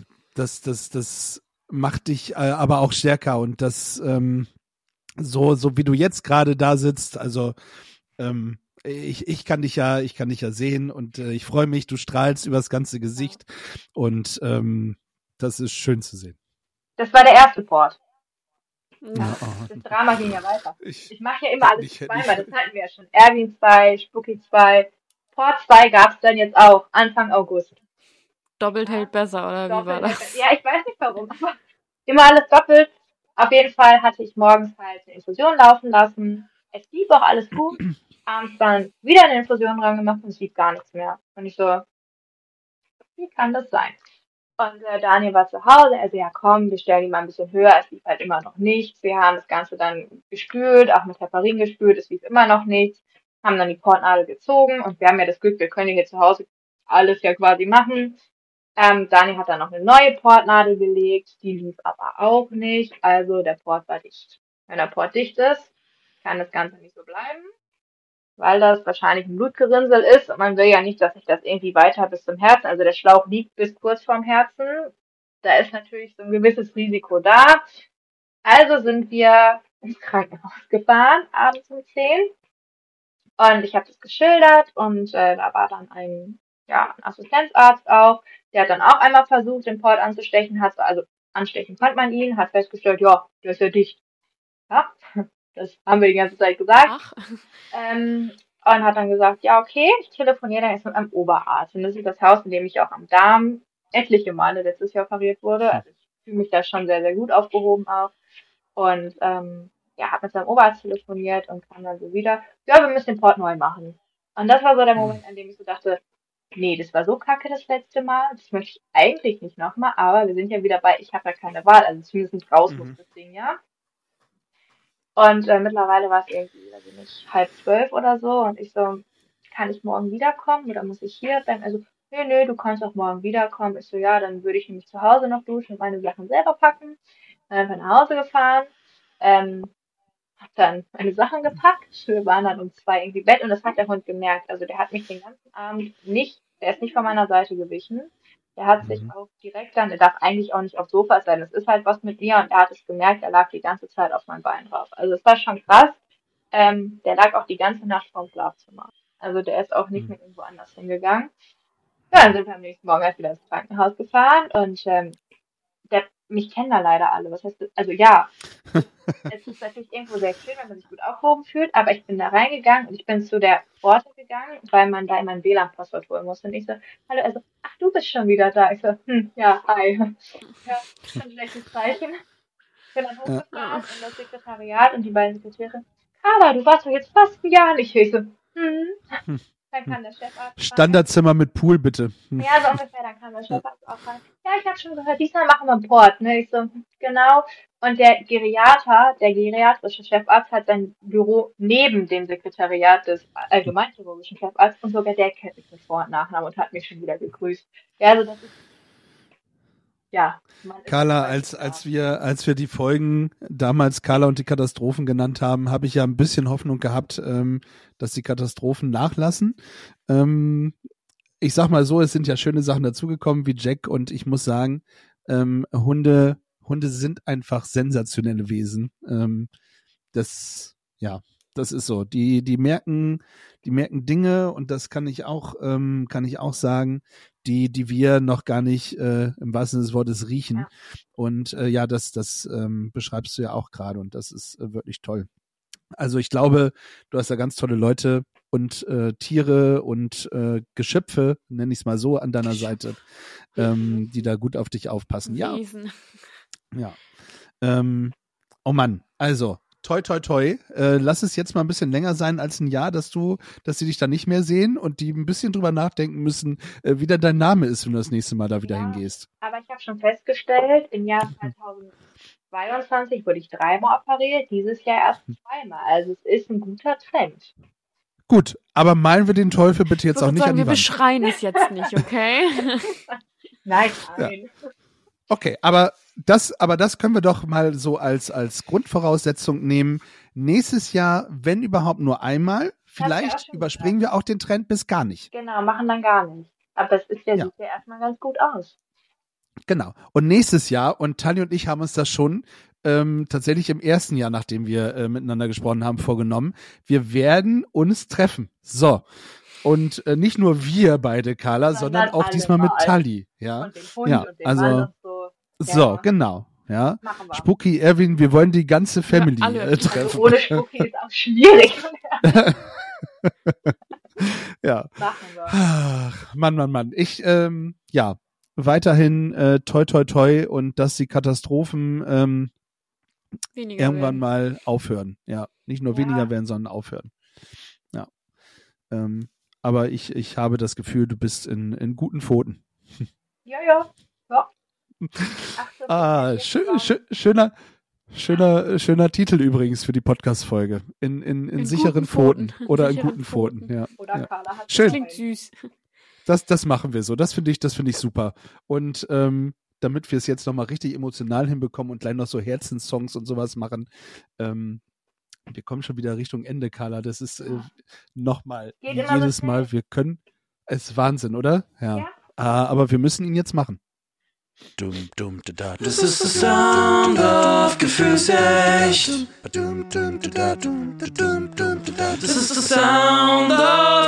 das macht dich aber auch stärker und das so wie du jetzt gerade da sitzt, also ich kann dich ja sehen und ich freue mich, du strahlst übers ganze Gesicht und das ist schön zu sehen. Das war der erste Port. Ja, das Drama ging ja weiter. Ich mache ja immer alles zweimal, das hatten wir ja schon. Erwin 2, Spucki 2, Port 2 gab es dann jetzt auch, Anfang August. Doppelt hält besser, oder wie war das? Ja, ich weiß nicht warum, aber immer alles doppelt. Auf jeden Fall hatte ich morgens halt eine Infusion laufen lassen. Es lief auch alles gut. Abends dann wieder eine Infusion dran gemacht und es lief gar nichts mehr. Und ich so, wie kann das sein? Und Daniel war zu Hause, also ja komm, wir stellen ihn mal ein bisschen höher, es lief halt immer noch nichts. Wir haben das Ganze dann gespült, auch mit Heparin gespült, es lief immer noch nichts. Haben dann die Portnadel gezogen und wir haben ja das Glück, wir können hier zu Hause alles ja quasi machen. Daniel hat dann noch eine neue Portnadel gelegt, die lief aber auch nicht, also der Port war dicht. Wenn der Port dicht ist, kann das Ganze nicht so bleiben, weil das wahrscheinlich ein Blutgerinnsel ist und man will ja nicht, dass sich das irgendwie weiter bis zum Herzen, also der Schlauch liegt bis kurz vorm Herzen, da ist natürlich so ein gewisses Risiko da. Also sind wir ins Krankenhaus gefahren, abends um 10 und ich habe das geschildert und da war dann ein Assistenzarzt auch, der hat dann auch einmal versucht, den Port anzustechen, also anstechen konnte man ihn, hat festgestellt, ja, der ist ja dicht. Ja, das haben wir die ganze Zeit gesagt. Und hat dann gesagt, ja, okay, ich telefoniere dann jetzt mit einem Oberarzt. Und das ist das Haus, in dem ich auch am Darm etliche Male letztes Jahr operiert wurde. Also ich fühle mich da schon sehr, sehr gut aufgehoben auch. Und habe mit seinem Oberarzt telefoniert und kam dann so wieder, ja, wir müssen den Port neu machen. Und das war so der Moment, an dem ich so dachte, nee, das war so kacke das letzte Mal, das möchte ich eigentlich nicht nochmal, aber wir sind ja wieder bei, ich habe ja keine Wahl, also zumindest raus muss das Ding, ja. Und mittlerweile war es irgendwie, weiß ich nicht, 11:30 oder so und ich so, kann ich morgen wiederkommen oder muss ich hier bleiben? Also, nö, du kannst auch morgen wiederkommen. Ich so, ja, dann würde ich nämlich zu Hause noch duschen und meine Sachen selber packen. Dann einfach nach Hause gefahren, hab dann meine Sachen gepackt. Wir waren dann um 2 irgendwie Bett und das hat der Hund gemerkt. Also der hat mich den ganzen Abend der ist nicht von meiner Seite gewichen. Der hat sich auch direkt der darf eigentlich auch nicht aufs Sofa sein. Das ist halt was mit mir und er hat es gemerkt, er lag die ganze Zeit auf meinem Bein drauf. Also es war schon krass. Der lag auch die ganze Nacht vorm Schlafzimmer. Also der ist auch nicht mit irgendwo anders hingegangen. Ja, dann sind wir am nächsten Morgen erst wieder ins Krankenhaus gefahren und mich kennen da leider alle. Was heißt das? Also ja, es ist natürlich irgendwo sehr schön, wenn man sich gut aufgehoben fühlt, aber ich bin da reingegangen und ich bin zu der Pforte gegangen, weil man da immer ein WLAN-Passwort holen muss. Und ich so, hallo, also, ach, du bist schon wieder da. Ich so, ja, hi. Ja, schon ein schlechtes Zeichen. Ich bin dann hochgefahren in das Sekretariat und die beiden Sekretäre, Carla, du warst doch jetzt fast ein Jahr nicht hier. Ich so, Dann kann der Chefarzt Standardzimmer mit Pool, bitte. Ja, so ungefähr, dann kam der Chefarzt auch rein. Ja, ich habe schon gehört, diesmal machen wir einen Port. Ne? Ich so, genau. Und der geriatrische Chefarzt, hat sein Büro neben dem Sekretariat des allgemeinchirurgischen Chefarztes und sogar der kennt mich mit Vor- und Nachnamen und hat mich schon wieder gegrüßt. Ja, also das ist, ja. Carla, als wir die Folgen damals Carla und die Katastrophen genannt haben, habe ich ja ein bisschen Hoffnung gehabt, dass die Katastrophen nachlassen. Ich sag mal so, es sind ja schöne Sachen dazugekommen wie Jack und ich muss sagen, Hunde sind einfach sensationelle Wesen. Das ist so. Die merken Dinge und das kann ich auch sagen, die wir noch gar nicht im wahrsten Sinne des Wortes riechen. Ja. Und das beschreibst du ja auch gerade und das ist wirklich toll. Also ich glaube, du hast da ganz tolle Leute und Tiere und Geschöpfe, nenne ich es mal so, an deiner Seite, die da gut auf dich aufpassen. Wesen. Ja. Oh Mann, also toi, toi, toi. Lass es jetzt mal ein bisschen länger sein als ein Jahr, dass sie dich da nicht mehr sehen und die ein bisschen drüber nachdenken müssen, wie dann dein Name ist, wenn du das nächste Mal da wieder hingehst. Aber ich habe schon festgestellt, im Jahr 2022 wurde ich 3-mal operiert, dieses Jahr erst 2-mal. Also es ist ein guter Trend. Gut, aber malen wir den Teufel bitte jetzt auch nicht an die Wir Wand. beschreien es jetzt nicht, okay? Nein. Ja. Okay, aber das können wir doch mal so als Grundvoraussetzung nehmen. Nächstes Jahr, wenn überhaupt nur einmal, vielleicht überspringen wir auch den Trend bis gar nicht. Genau, machen dann gar nicht. Aber es ist sieht ja erstmal ganz gut aus. Genau. Und nächstes Jahr, und Tali und ich haben uns das schon tatsächlich im ersten Jahr, nachdem wir miteinander gesprochen haben, vorgenommen. Wir werden uns treffen. So. Und nicht nur wir beide, Carla, sondern auch diesmal mit Tali. Ja, und den Hund und den also Mann und so. So, genau. Ja. Machen wir. Spooky, Erwin, wir wollen die ganze Family treffen. Also ohne Spooky ist auch schwierig. Ja. Machen wir. Ach, Mann. Ich, weiterhin toi, toi, toi und dass die Katastrophen irgendwann mal aufhören. Ja, nicht nur weniger werden, sondern aufhören. Ja. Aber ich habe das Gefühl, du bist in guten Pfoten. Ja. Schöner Titel übrigens für die Podcast-Folge. In sicheren Pfoten. Oder in guten Pfoten. Ja. Oder Carla hat Schön. Klingt süß. Das machen wir so. Das finde ich super. Und damit wir es jetzt nochmal richtig emotional hinbekommen und gleich noch so Herzenssongs und sowas machen, wir kommen schon wieder Richtung Ende, Carla. Das ist nochmal jedes Mal. Wir können. Es ist Wahnsinn, oder? Ja. Aber wir müssen ihn jetzt machen. Das ist the sound of Gefühlsecht. Das ist the sound of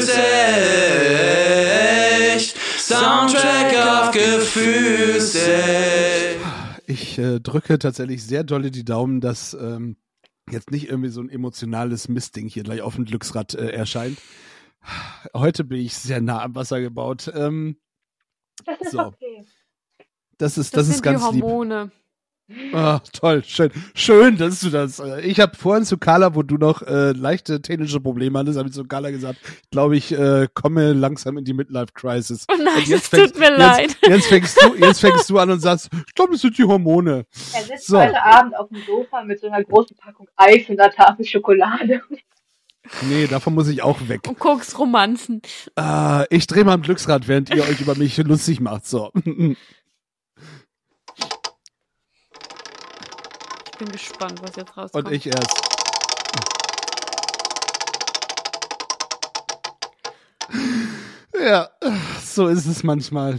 Gefühlsecht. Soundtrack of Gefühlsecht. Ich drücke tatsächlich sehr dolle die Daumen, dass jetzt nicht irgendwie so ein emotionales Mistding hier gleich auf dem Glücksrad erscheint. Heute bin ich sehr nah am Wasser gebaut. Das ist so. Okay. Das ist ganz die Hormone. Lieb. Ah, toll, schön, dass du das. Ich habe vorhin zu Carla, wo du noch leichte technische Probleme hattest, habe ich zu Carla gesagt, ich glaube, ich komme langsam in die Midlife-Crisis. Oh nein, es tut mir leid. Jetzt fängst du an und sagst, ich glaube, das sind die Hormone. Er sitzt heute Abend auf dem Sofa mit so einer großen Packung Eis und einer Tafel Schokolade. Nee, davon muss ich auch weg. Und guckst Romanzen. Ich drehe mal am Glücksrad, während ihr euch über mich lustig macht. So. Ich bin gespannt, was jetzt rauskommt. Und ich erst. Ja, so ist es manchmal.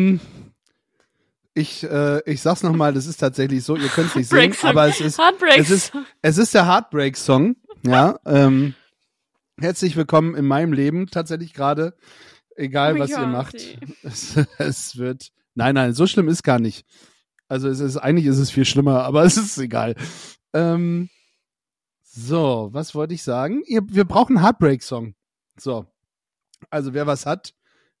Ich sag's nochmal, das ist tatsächlich so, ihr könnt es nicht sehen, aber es ist der Heartbreak-Song. Ja, herzlich willkommen in meinem Leben tatsächlich gerade, egal was ihr macht. Es wird, nein, so schlimm ist gar nicht. Also eigentlich ist es viel schlimmer, aber es ist egal. So, was wollte ich sagen? Wir brauchen einen Heartbreak-Song. So, also wer was hat,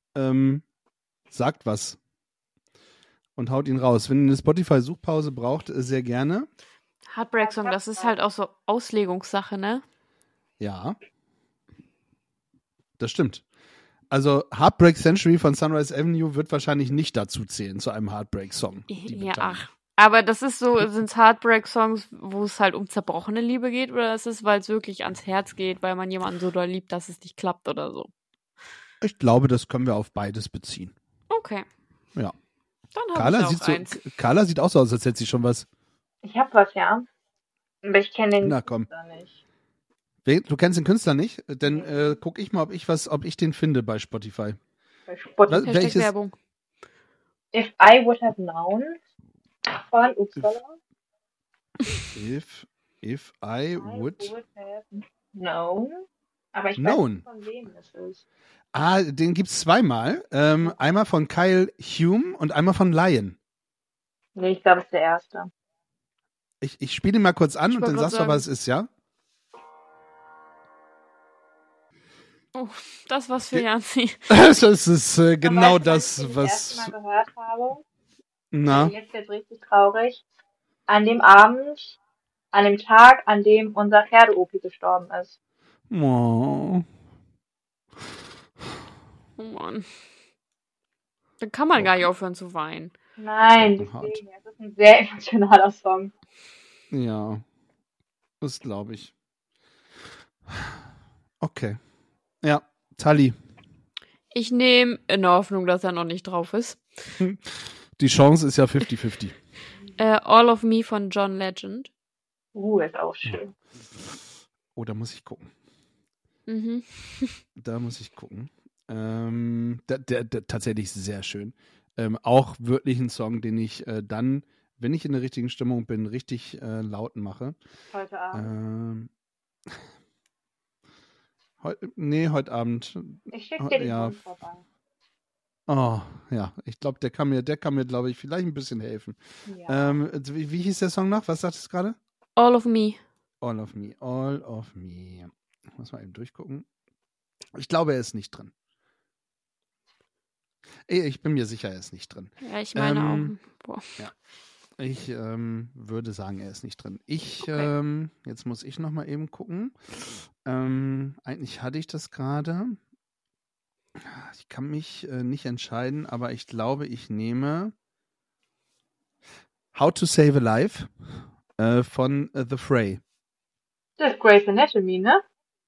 sagt was und haut ihn raus. Wenn ihr eine Spotify-Suchpause braucht, sehr gerne. Heartbreak-Song, das ist halt auch so Auslegungssache, ne? Ja. das stimmt. Also Heartbreak Century von Sunrise Avenue wird wahrscheinlich nicht dazu zählen, zu einem Heartbreak-Song. Ja, ach. Aber das ist so, sind es Heartbreak-Songs, wo es halt um zerbrochene Liebe geht, oder ist es, weil es wirklich ans Herz geht, weil man jemanden so doll liebt, dass es nicht klappt oder so? Ich glaube, das können wir auf beides beziehen. Okay. Ja. Dann habe ich auch eins. Carla sieht auch so aus, als hätte sie schon was. Ich hab was, ja. Aber ich kenne den Na komm. Künstler nicht. Du kennst den Künstler nicht? Dann guck ich mal, ob ich den finde bei Spotify. Bei Spotify. Hashtag Werbung. If I Would Have Known von Uppsala. If I would have known. Aber ich weiß nicht, von wem es ist. Den gibt's zweimal. Einmal von Kyle Hume und einmal von Lion. Nee, ich glaube, es ist der erste. Ich spiele ihn mal kurz an und dann sagst du, was es ist, ja? Oh, das war's für Janzi. Das ist genau das, was... Ich das erste Mal gehört habe. Na? Und jetzt wird's richtig traurig. An dem Abend, an dem Tag, an dem unser Pferde-Opi gestorben ist. Oh. Oh Mann. Dann kann man gar nicht aufhören zu weinen. Nein, deswegen. Es ist ein sehr emotionaler Song. Ja, das glaube ich. Okay. Ja, Tali. Ich nehme in der Hoffnung, dass er noch nicht drauf ist. Die Chance ist ja 50-50. All of Me von John Legend. Ist auch schön. Oh, da muss ich gucken. Mhm. Da muss ich gucken. Der tatsächlich sehr schön. Auch wirklich ein Song, den ich dann, wenn ich in der richtigen Stimmung bin, richtig laut mache. Heute Abend. Heute Abend. Ich schicke dir die ja. vorbei. Oh, ja. Ich glaube, der kann mir, glaube ich, vielleicht ein bisschen helfen. Ja. Wie hieß der Song noch? Was sagtest du gerade? All of Me. All of Me. All of Me. Ich muss mal eben durchgucken. Ich glaube, er ist nicht drin. Ich bin mir sicher, er ist nicht drin. Ja, ich meine auch. Boah. Ja. Ich würde sagen, er ist nicht drin. Okay. Jetzt muss ich noch mal eben gucken. Eigentlich hatte ich das gerade. Ich kann mich nicht entscheiden, aber ich glaube, ich nehme How to Save a Life von The Fray. Das ist Grey's Anatomy, ne?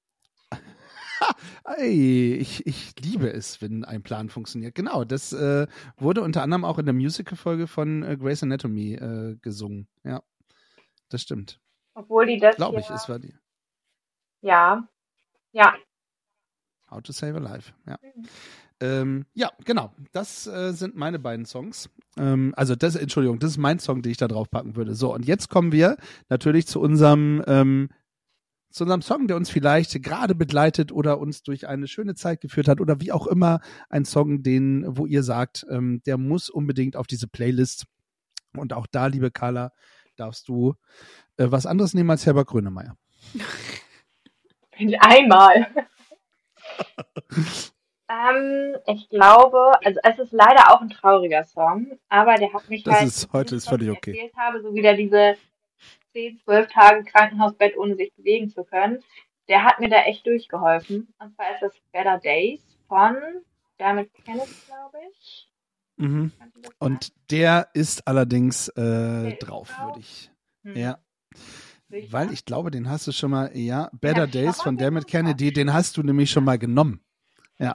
Ey, ich liebe es, wenn ein Plan funktioniert. Genau, das wurde unter anderem auch in der Musical-Folge von Grey's Anatomy gesungen. Ja, das stimmt. Obwohl die das glaube ich, es war die. Ja. How to Save a Life, ja. Ja, genau. Das sind meine beiden Songs. Das ist mein Song, den ich da drauf packen würde. So, und jetzt kommen wir natürlich zu unserem Song, der uns vielleicht gerade begleitet oder uns durch eine schöne Zeit geführt hat oder wie auch immer, ein Song, wo ihr sagt, der muss unbedingt auf diese Playlist. Und auch da, liebe Carla, darfst du was anderes nehmen als Herbert Grönemeyer. Einmal. Ich glaube, also es ist leider auch ein trauriger Song, aber der hat mich heute ist völlig okay. Erzählt habe, so wieder diese 10, 12 Tage im Krankenhausbett, ohne sich bewegen zu können. Der hat mir da echt durchgeholfen. Und zwar ist das Better Days von Dermot Kennedy, glaube ich. Mhm. Und der ist allerdings drauf, würde ich. Ja. Weil ich glaube, den hast du schon mal, Better Days von Dermot Kennedy, den hast du nämlich schon mal genommen. Ja.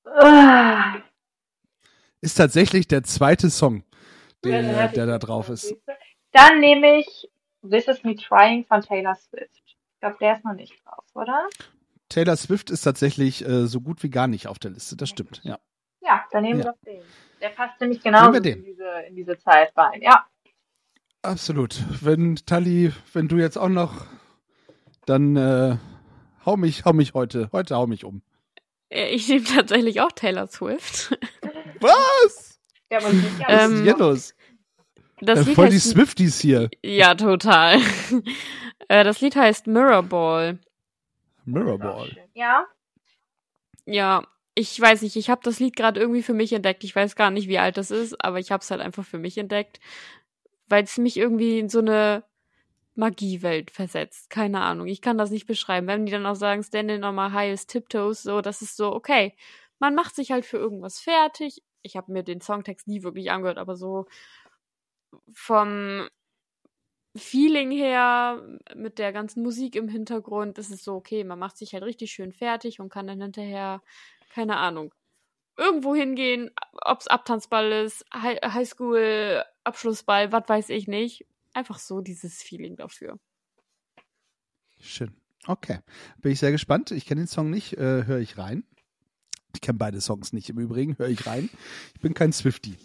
Ist tatsächlich der zweite Song, der da drauf ist. Dann nehme ich This Is Me Trying von Taylor Swift. Ich glaube, der ist noch nicht drauf, oder? Taylor Swift ist tatsächlich so gut wie gar nicht auf der Liste, das stimmt, ja. Ja, dann nehmen wir doch den. Der passt nämlich genauso in diese Zeit rein, ja. Absolut. Wenn du jetzt auch noch, dann hau mich heute hau mich um. Ich nehme tatsächlich auch Taylor Swift. Was? Ja, was ist hier los? Das Lied voll die Swifties hier. Ja, total. Das Lied heißt Mirrorball. Mirrorball. Ja? Ja, ich weiß nicht, ich habe das Lied gerade irgendwie für mich entdeckt. Ich weiß gar nicht, wie alt das ist, aber ich habe es halt einfach für mich entdeckt, weil es mich irgendwie in so eine Magiewelt versetzt. Keine Ahnung, ich kann das nicht beschreiben. Wenn die dann auch sagen, Standing on my highest tiptoes, so, das ist so, okay, man macht sich halt für irgendwas fertig. Ich habe mir den Songtext nie wirklich angehört, aber so vom Feeling her, mit der ganzen Musik im Hintergrund, ist es so, okay, man macht sich halt richtig schön fertig und kann dann hinterher, keine Ahnung, irgendwo hingehen, ob's Abtanzball ist, Highschool, Abschlussball, was weiß ich nicht. Einfach so dieses Feeling dafür. Schön. Okay. Bin ich sehr gespannt. Ich kenne den Song nicht, höre ich rein. Ich kenne beide Songs nicht im Übrigen, höre ich rein. Ich bin kein Swiftie.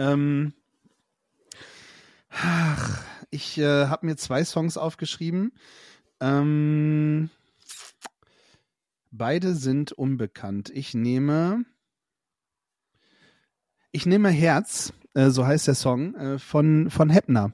Ich habe mir 2 Songs aufgeschrieben. Beide sind unbekannt. Ich nehme Herz, so heißt der Song, von Heppner.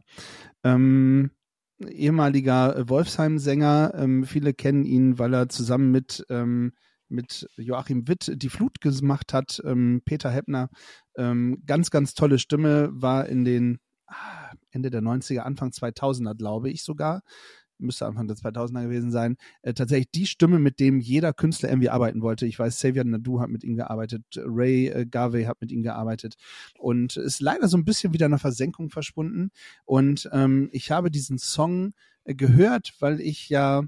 Ehemaliger Wolfsheim-Sänger. Viele kennen ihn, weil er zusammen mit Joachim Witt die Flut gemacht hat. Peter Heppner, ganz, ganz tolle Stimme, war in den Ende der 90er, Anfang 2000er, glaube ich sogar, müsste Anfang der 2000er gewesen sein, tatsächlich die Stimme, mit dem jeder Künstler irgendwie arbeiten wollte. Ich weiß, Xavier Nadu hat mit ihm gearbeitet, Ray Garvey hat mit ihm gearbeitet und ist leider so ein bisschen wieder in der Versenkung verschwunden. Und ich habe diesen Song gehört, weil ich ja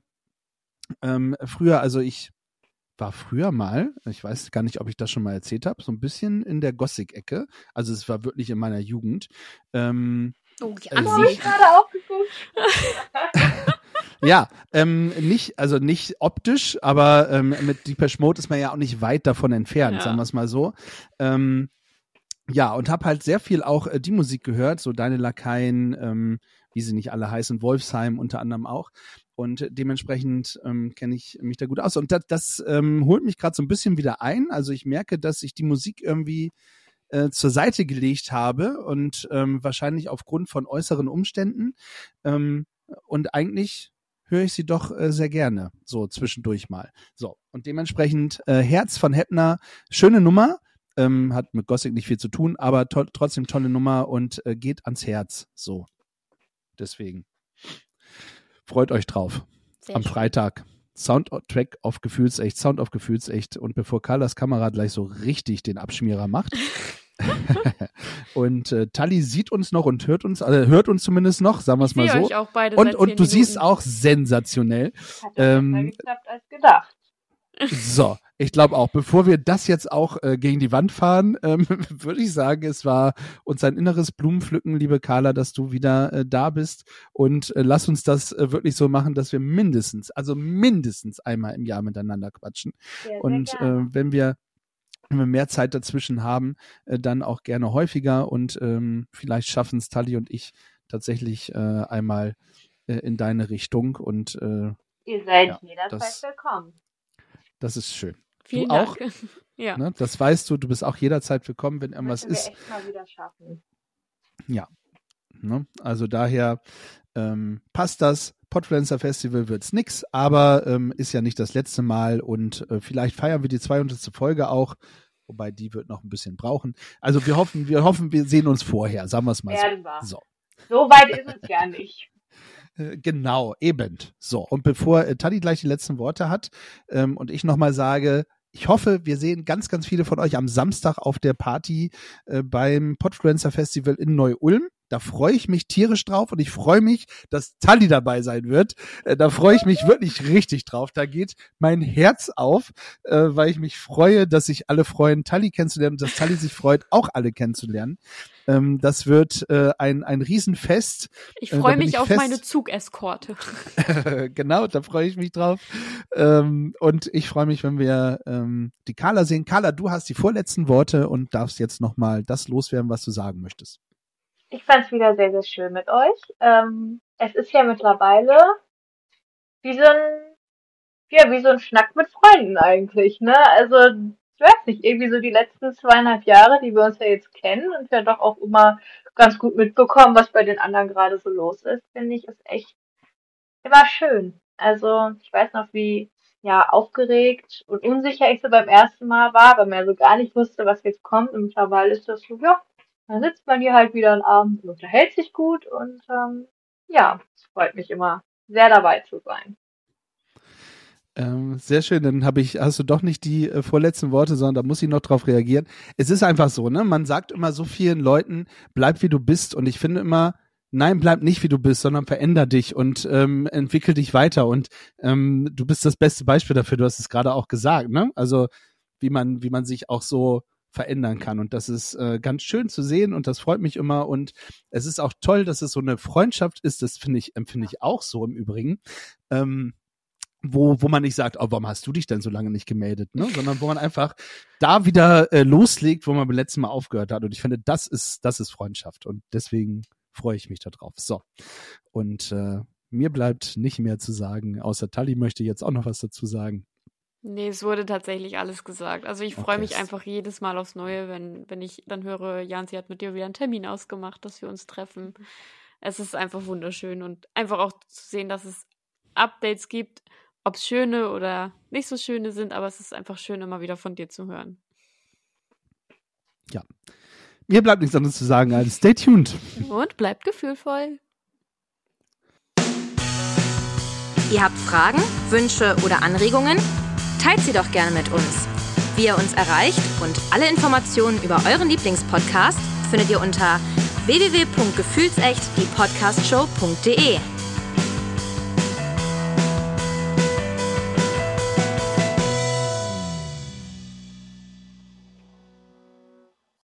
ich war früher mal, ich weiß gar nicht, ob ich das schon mal erzählt habe, so ein bisschen in der Gothic-Ecke. Also es war wirklich in meiner Jugend. Oh, ja, habe ich gerade auch geguckt. Ja, nicht optisch, aber mit Depeche Mode ist man ja auch nicht weit davon entfernt, sagen wir es mal so. Ja, und habe halt sehr viel auch die Musik gehört, so Deine Lakaien, wie sie nicht alle heißen, Wolfsheim unter anderem auch. Und dementsprechend kenne ich mich da gut aus. Und das holt mich gerade so ein bisschen wieder ein. Also ich merke, dass ich die Musik irgendwie zur Seite gelegt habe und wahrscheinlich aufgrund von äußeren Umständen. Und eigentlich höre ich sie doch sehr gerne, so zwischendurch mal. So, und dementsprechend Herz von Heppner, schöne Nummer. Hat mit Gothic nicht viel zu tun, aber trotzdem tolle Nummer und geht ans Herz. So, deswegen. Freut euch drauf. Sehr am schön. Freitag. Soundtrack auf Gefühlsecht, Sound auf Gefühlsecht. Und bevor Carlas Kamera gleich so richtig den Abschmierer macht. Und Tali sieht uns noch und hört uns zumindest noch, sagen wir es mal so. Euch auch beide und du siehst auch sensationell. Hat besser geklappt als gedacht. So, ich glaube auch, bevor wir das jetzt auch gegen die Wand fahren, würde ich sagen, es war uns ein inneres Blumenpflücken, liebe Carla, dass du wieder da bist und lass uns das wirklich so machen, dass wir mindestens einmal im Jahr miteinander quatschen. Sehr, und sehr gerne. wenn wir mehr Zeit dazwischen haben, dann auch gerne häufiger und vielleicht schaffen es Tali und ich tatsächlich einmal in deine Richtung und ihr seid jederzeit willkommen. Das ist schön. Vielen du Dank. Auch, ja. Ne, das weißt du bist auch jederzeit willkommen, wenn irgendwas ist. Das müssen wir echt mal wieder schaffen. Ja. Ne, also daher passt das. Podfluencer Festival wird's nix, aber ist ja nicht das letzte Mal und vielleicht feiern wir die 200. Folge auch, wobei die wird noch ein bisschen brauchen. Also wir hoffen, wir sehen uns vorher, sagen wir es mal so. So weit ist es ja nicht. Genau, eben. So, und bevor Tali gleich die letzten Worte hat und ich nochmal sage, ich hoffe, wir sehen ganz, ganz viele von euch am Samstag auf der Party beim Podfluencer Festival in Neu-Ulm. Da freue ich mich tierisch drauf und ich freue mich, dass Tali dabei sein wird. Da freue ich mich wirklich richtig drauf. Da geht mein Herz auf, weil ich mich freue, dass sich alle freuen, Tali kennenzulernen und dass Tali sich freut, auch alle kennenzulernen. Das wird ein Riesenfest. Ich freue mich auf meine Zugeskorte. Genau, da freue ich mich drauf. Und ich freue mich, wenn wir die Carla sehen. Carla, du hast die vorletzten Worte und darfst jetzt nochmal das loswerden, was du sagen möchtest. Ich fand es wieder sehr, sehr schön mit euch. Es ist ja mittlerweile wie so ein Schnack mit Freunden eigentlich, ne? Also, ich weiß nicht, irgendwie so die letzten 2,5 Jahre, die wir uns ja jetzt kennen und ja doch auch immer ganz gut mitbekommen, was bei den anderen gerade so los ist, finde ich, ist echt immer schön. Also, ich weiß noch, wie aufgeregt und unsicher ich so beim ersten Mal war, weil man ja so gar nicht wusste, was jetzt kommt. Und mittlerweile ist das so, ja, dann sitzt man hier halt wieder einen Abend und unterhält sich gut und Ja, es freut mich immer sehr dabei zu sein. Sehr schön, dann hast du doch nicht die vorletzten Worte, sondern da muss ich noch drauf reagieren. Es ist einfach so, ne? Man sagt immer so vielen Leuten, bleib wie du bist, und ich finde immer, nein, bleib nicht wie du bist, sondern veränder dich und entwickel dich weiter, und du bist das beste Beispiel dafür, du hast es gerade auch gesagt, ne? Also wie man sich auch so verändern kann, und das ist ganz schön zu sehen, und das freut mich immer, und es ist auch toll, dass es so eine Freundschaft ist, das empfinde ich auch so im Übrigen, wo man nicht sagt, oh, warum hast du dich denn so lange nicht gemeldet, ne? Sondern wo man einfach da wieder loslegt, wo man beim letzten Mal aufgehört hat. Und ich finde, das ist Freundschaft. Und deswegen freue ich mich da drauf. So. Und mir bleibt nicht mehr zu sagen, außer Tali möchte jetzt auch noch was dazu sagen. Nee, es wurde tatsächlich alles gesagt. Also ich freue mich einfach jedes Mal aufs Neue, wenn ich dann höre, Janzi hat mit dir wieder einen Termin ausgemacht, dass wir uns treffen. Es ist einfach wunderschön, und einfach auch zu sehen, dass es Updates gibt, ob es schöne oder nicht so schöne sind, aber es ist einfach schön, immer wieder von dir zu hören. Ja, mir bleibt nichts anderes zu sagen als stay tuned. Und bleibt gefühlvoll. Ihr habt Fragen, Wünsche oder Anregungen? Teilt sie doch gerne mit uns. Wie ihr uns erreicht und alle Informationen über euren Lieblingspodcast findet ihr unter www.gefühlsecht-die-podcastshow.de.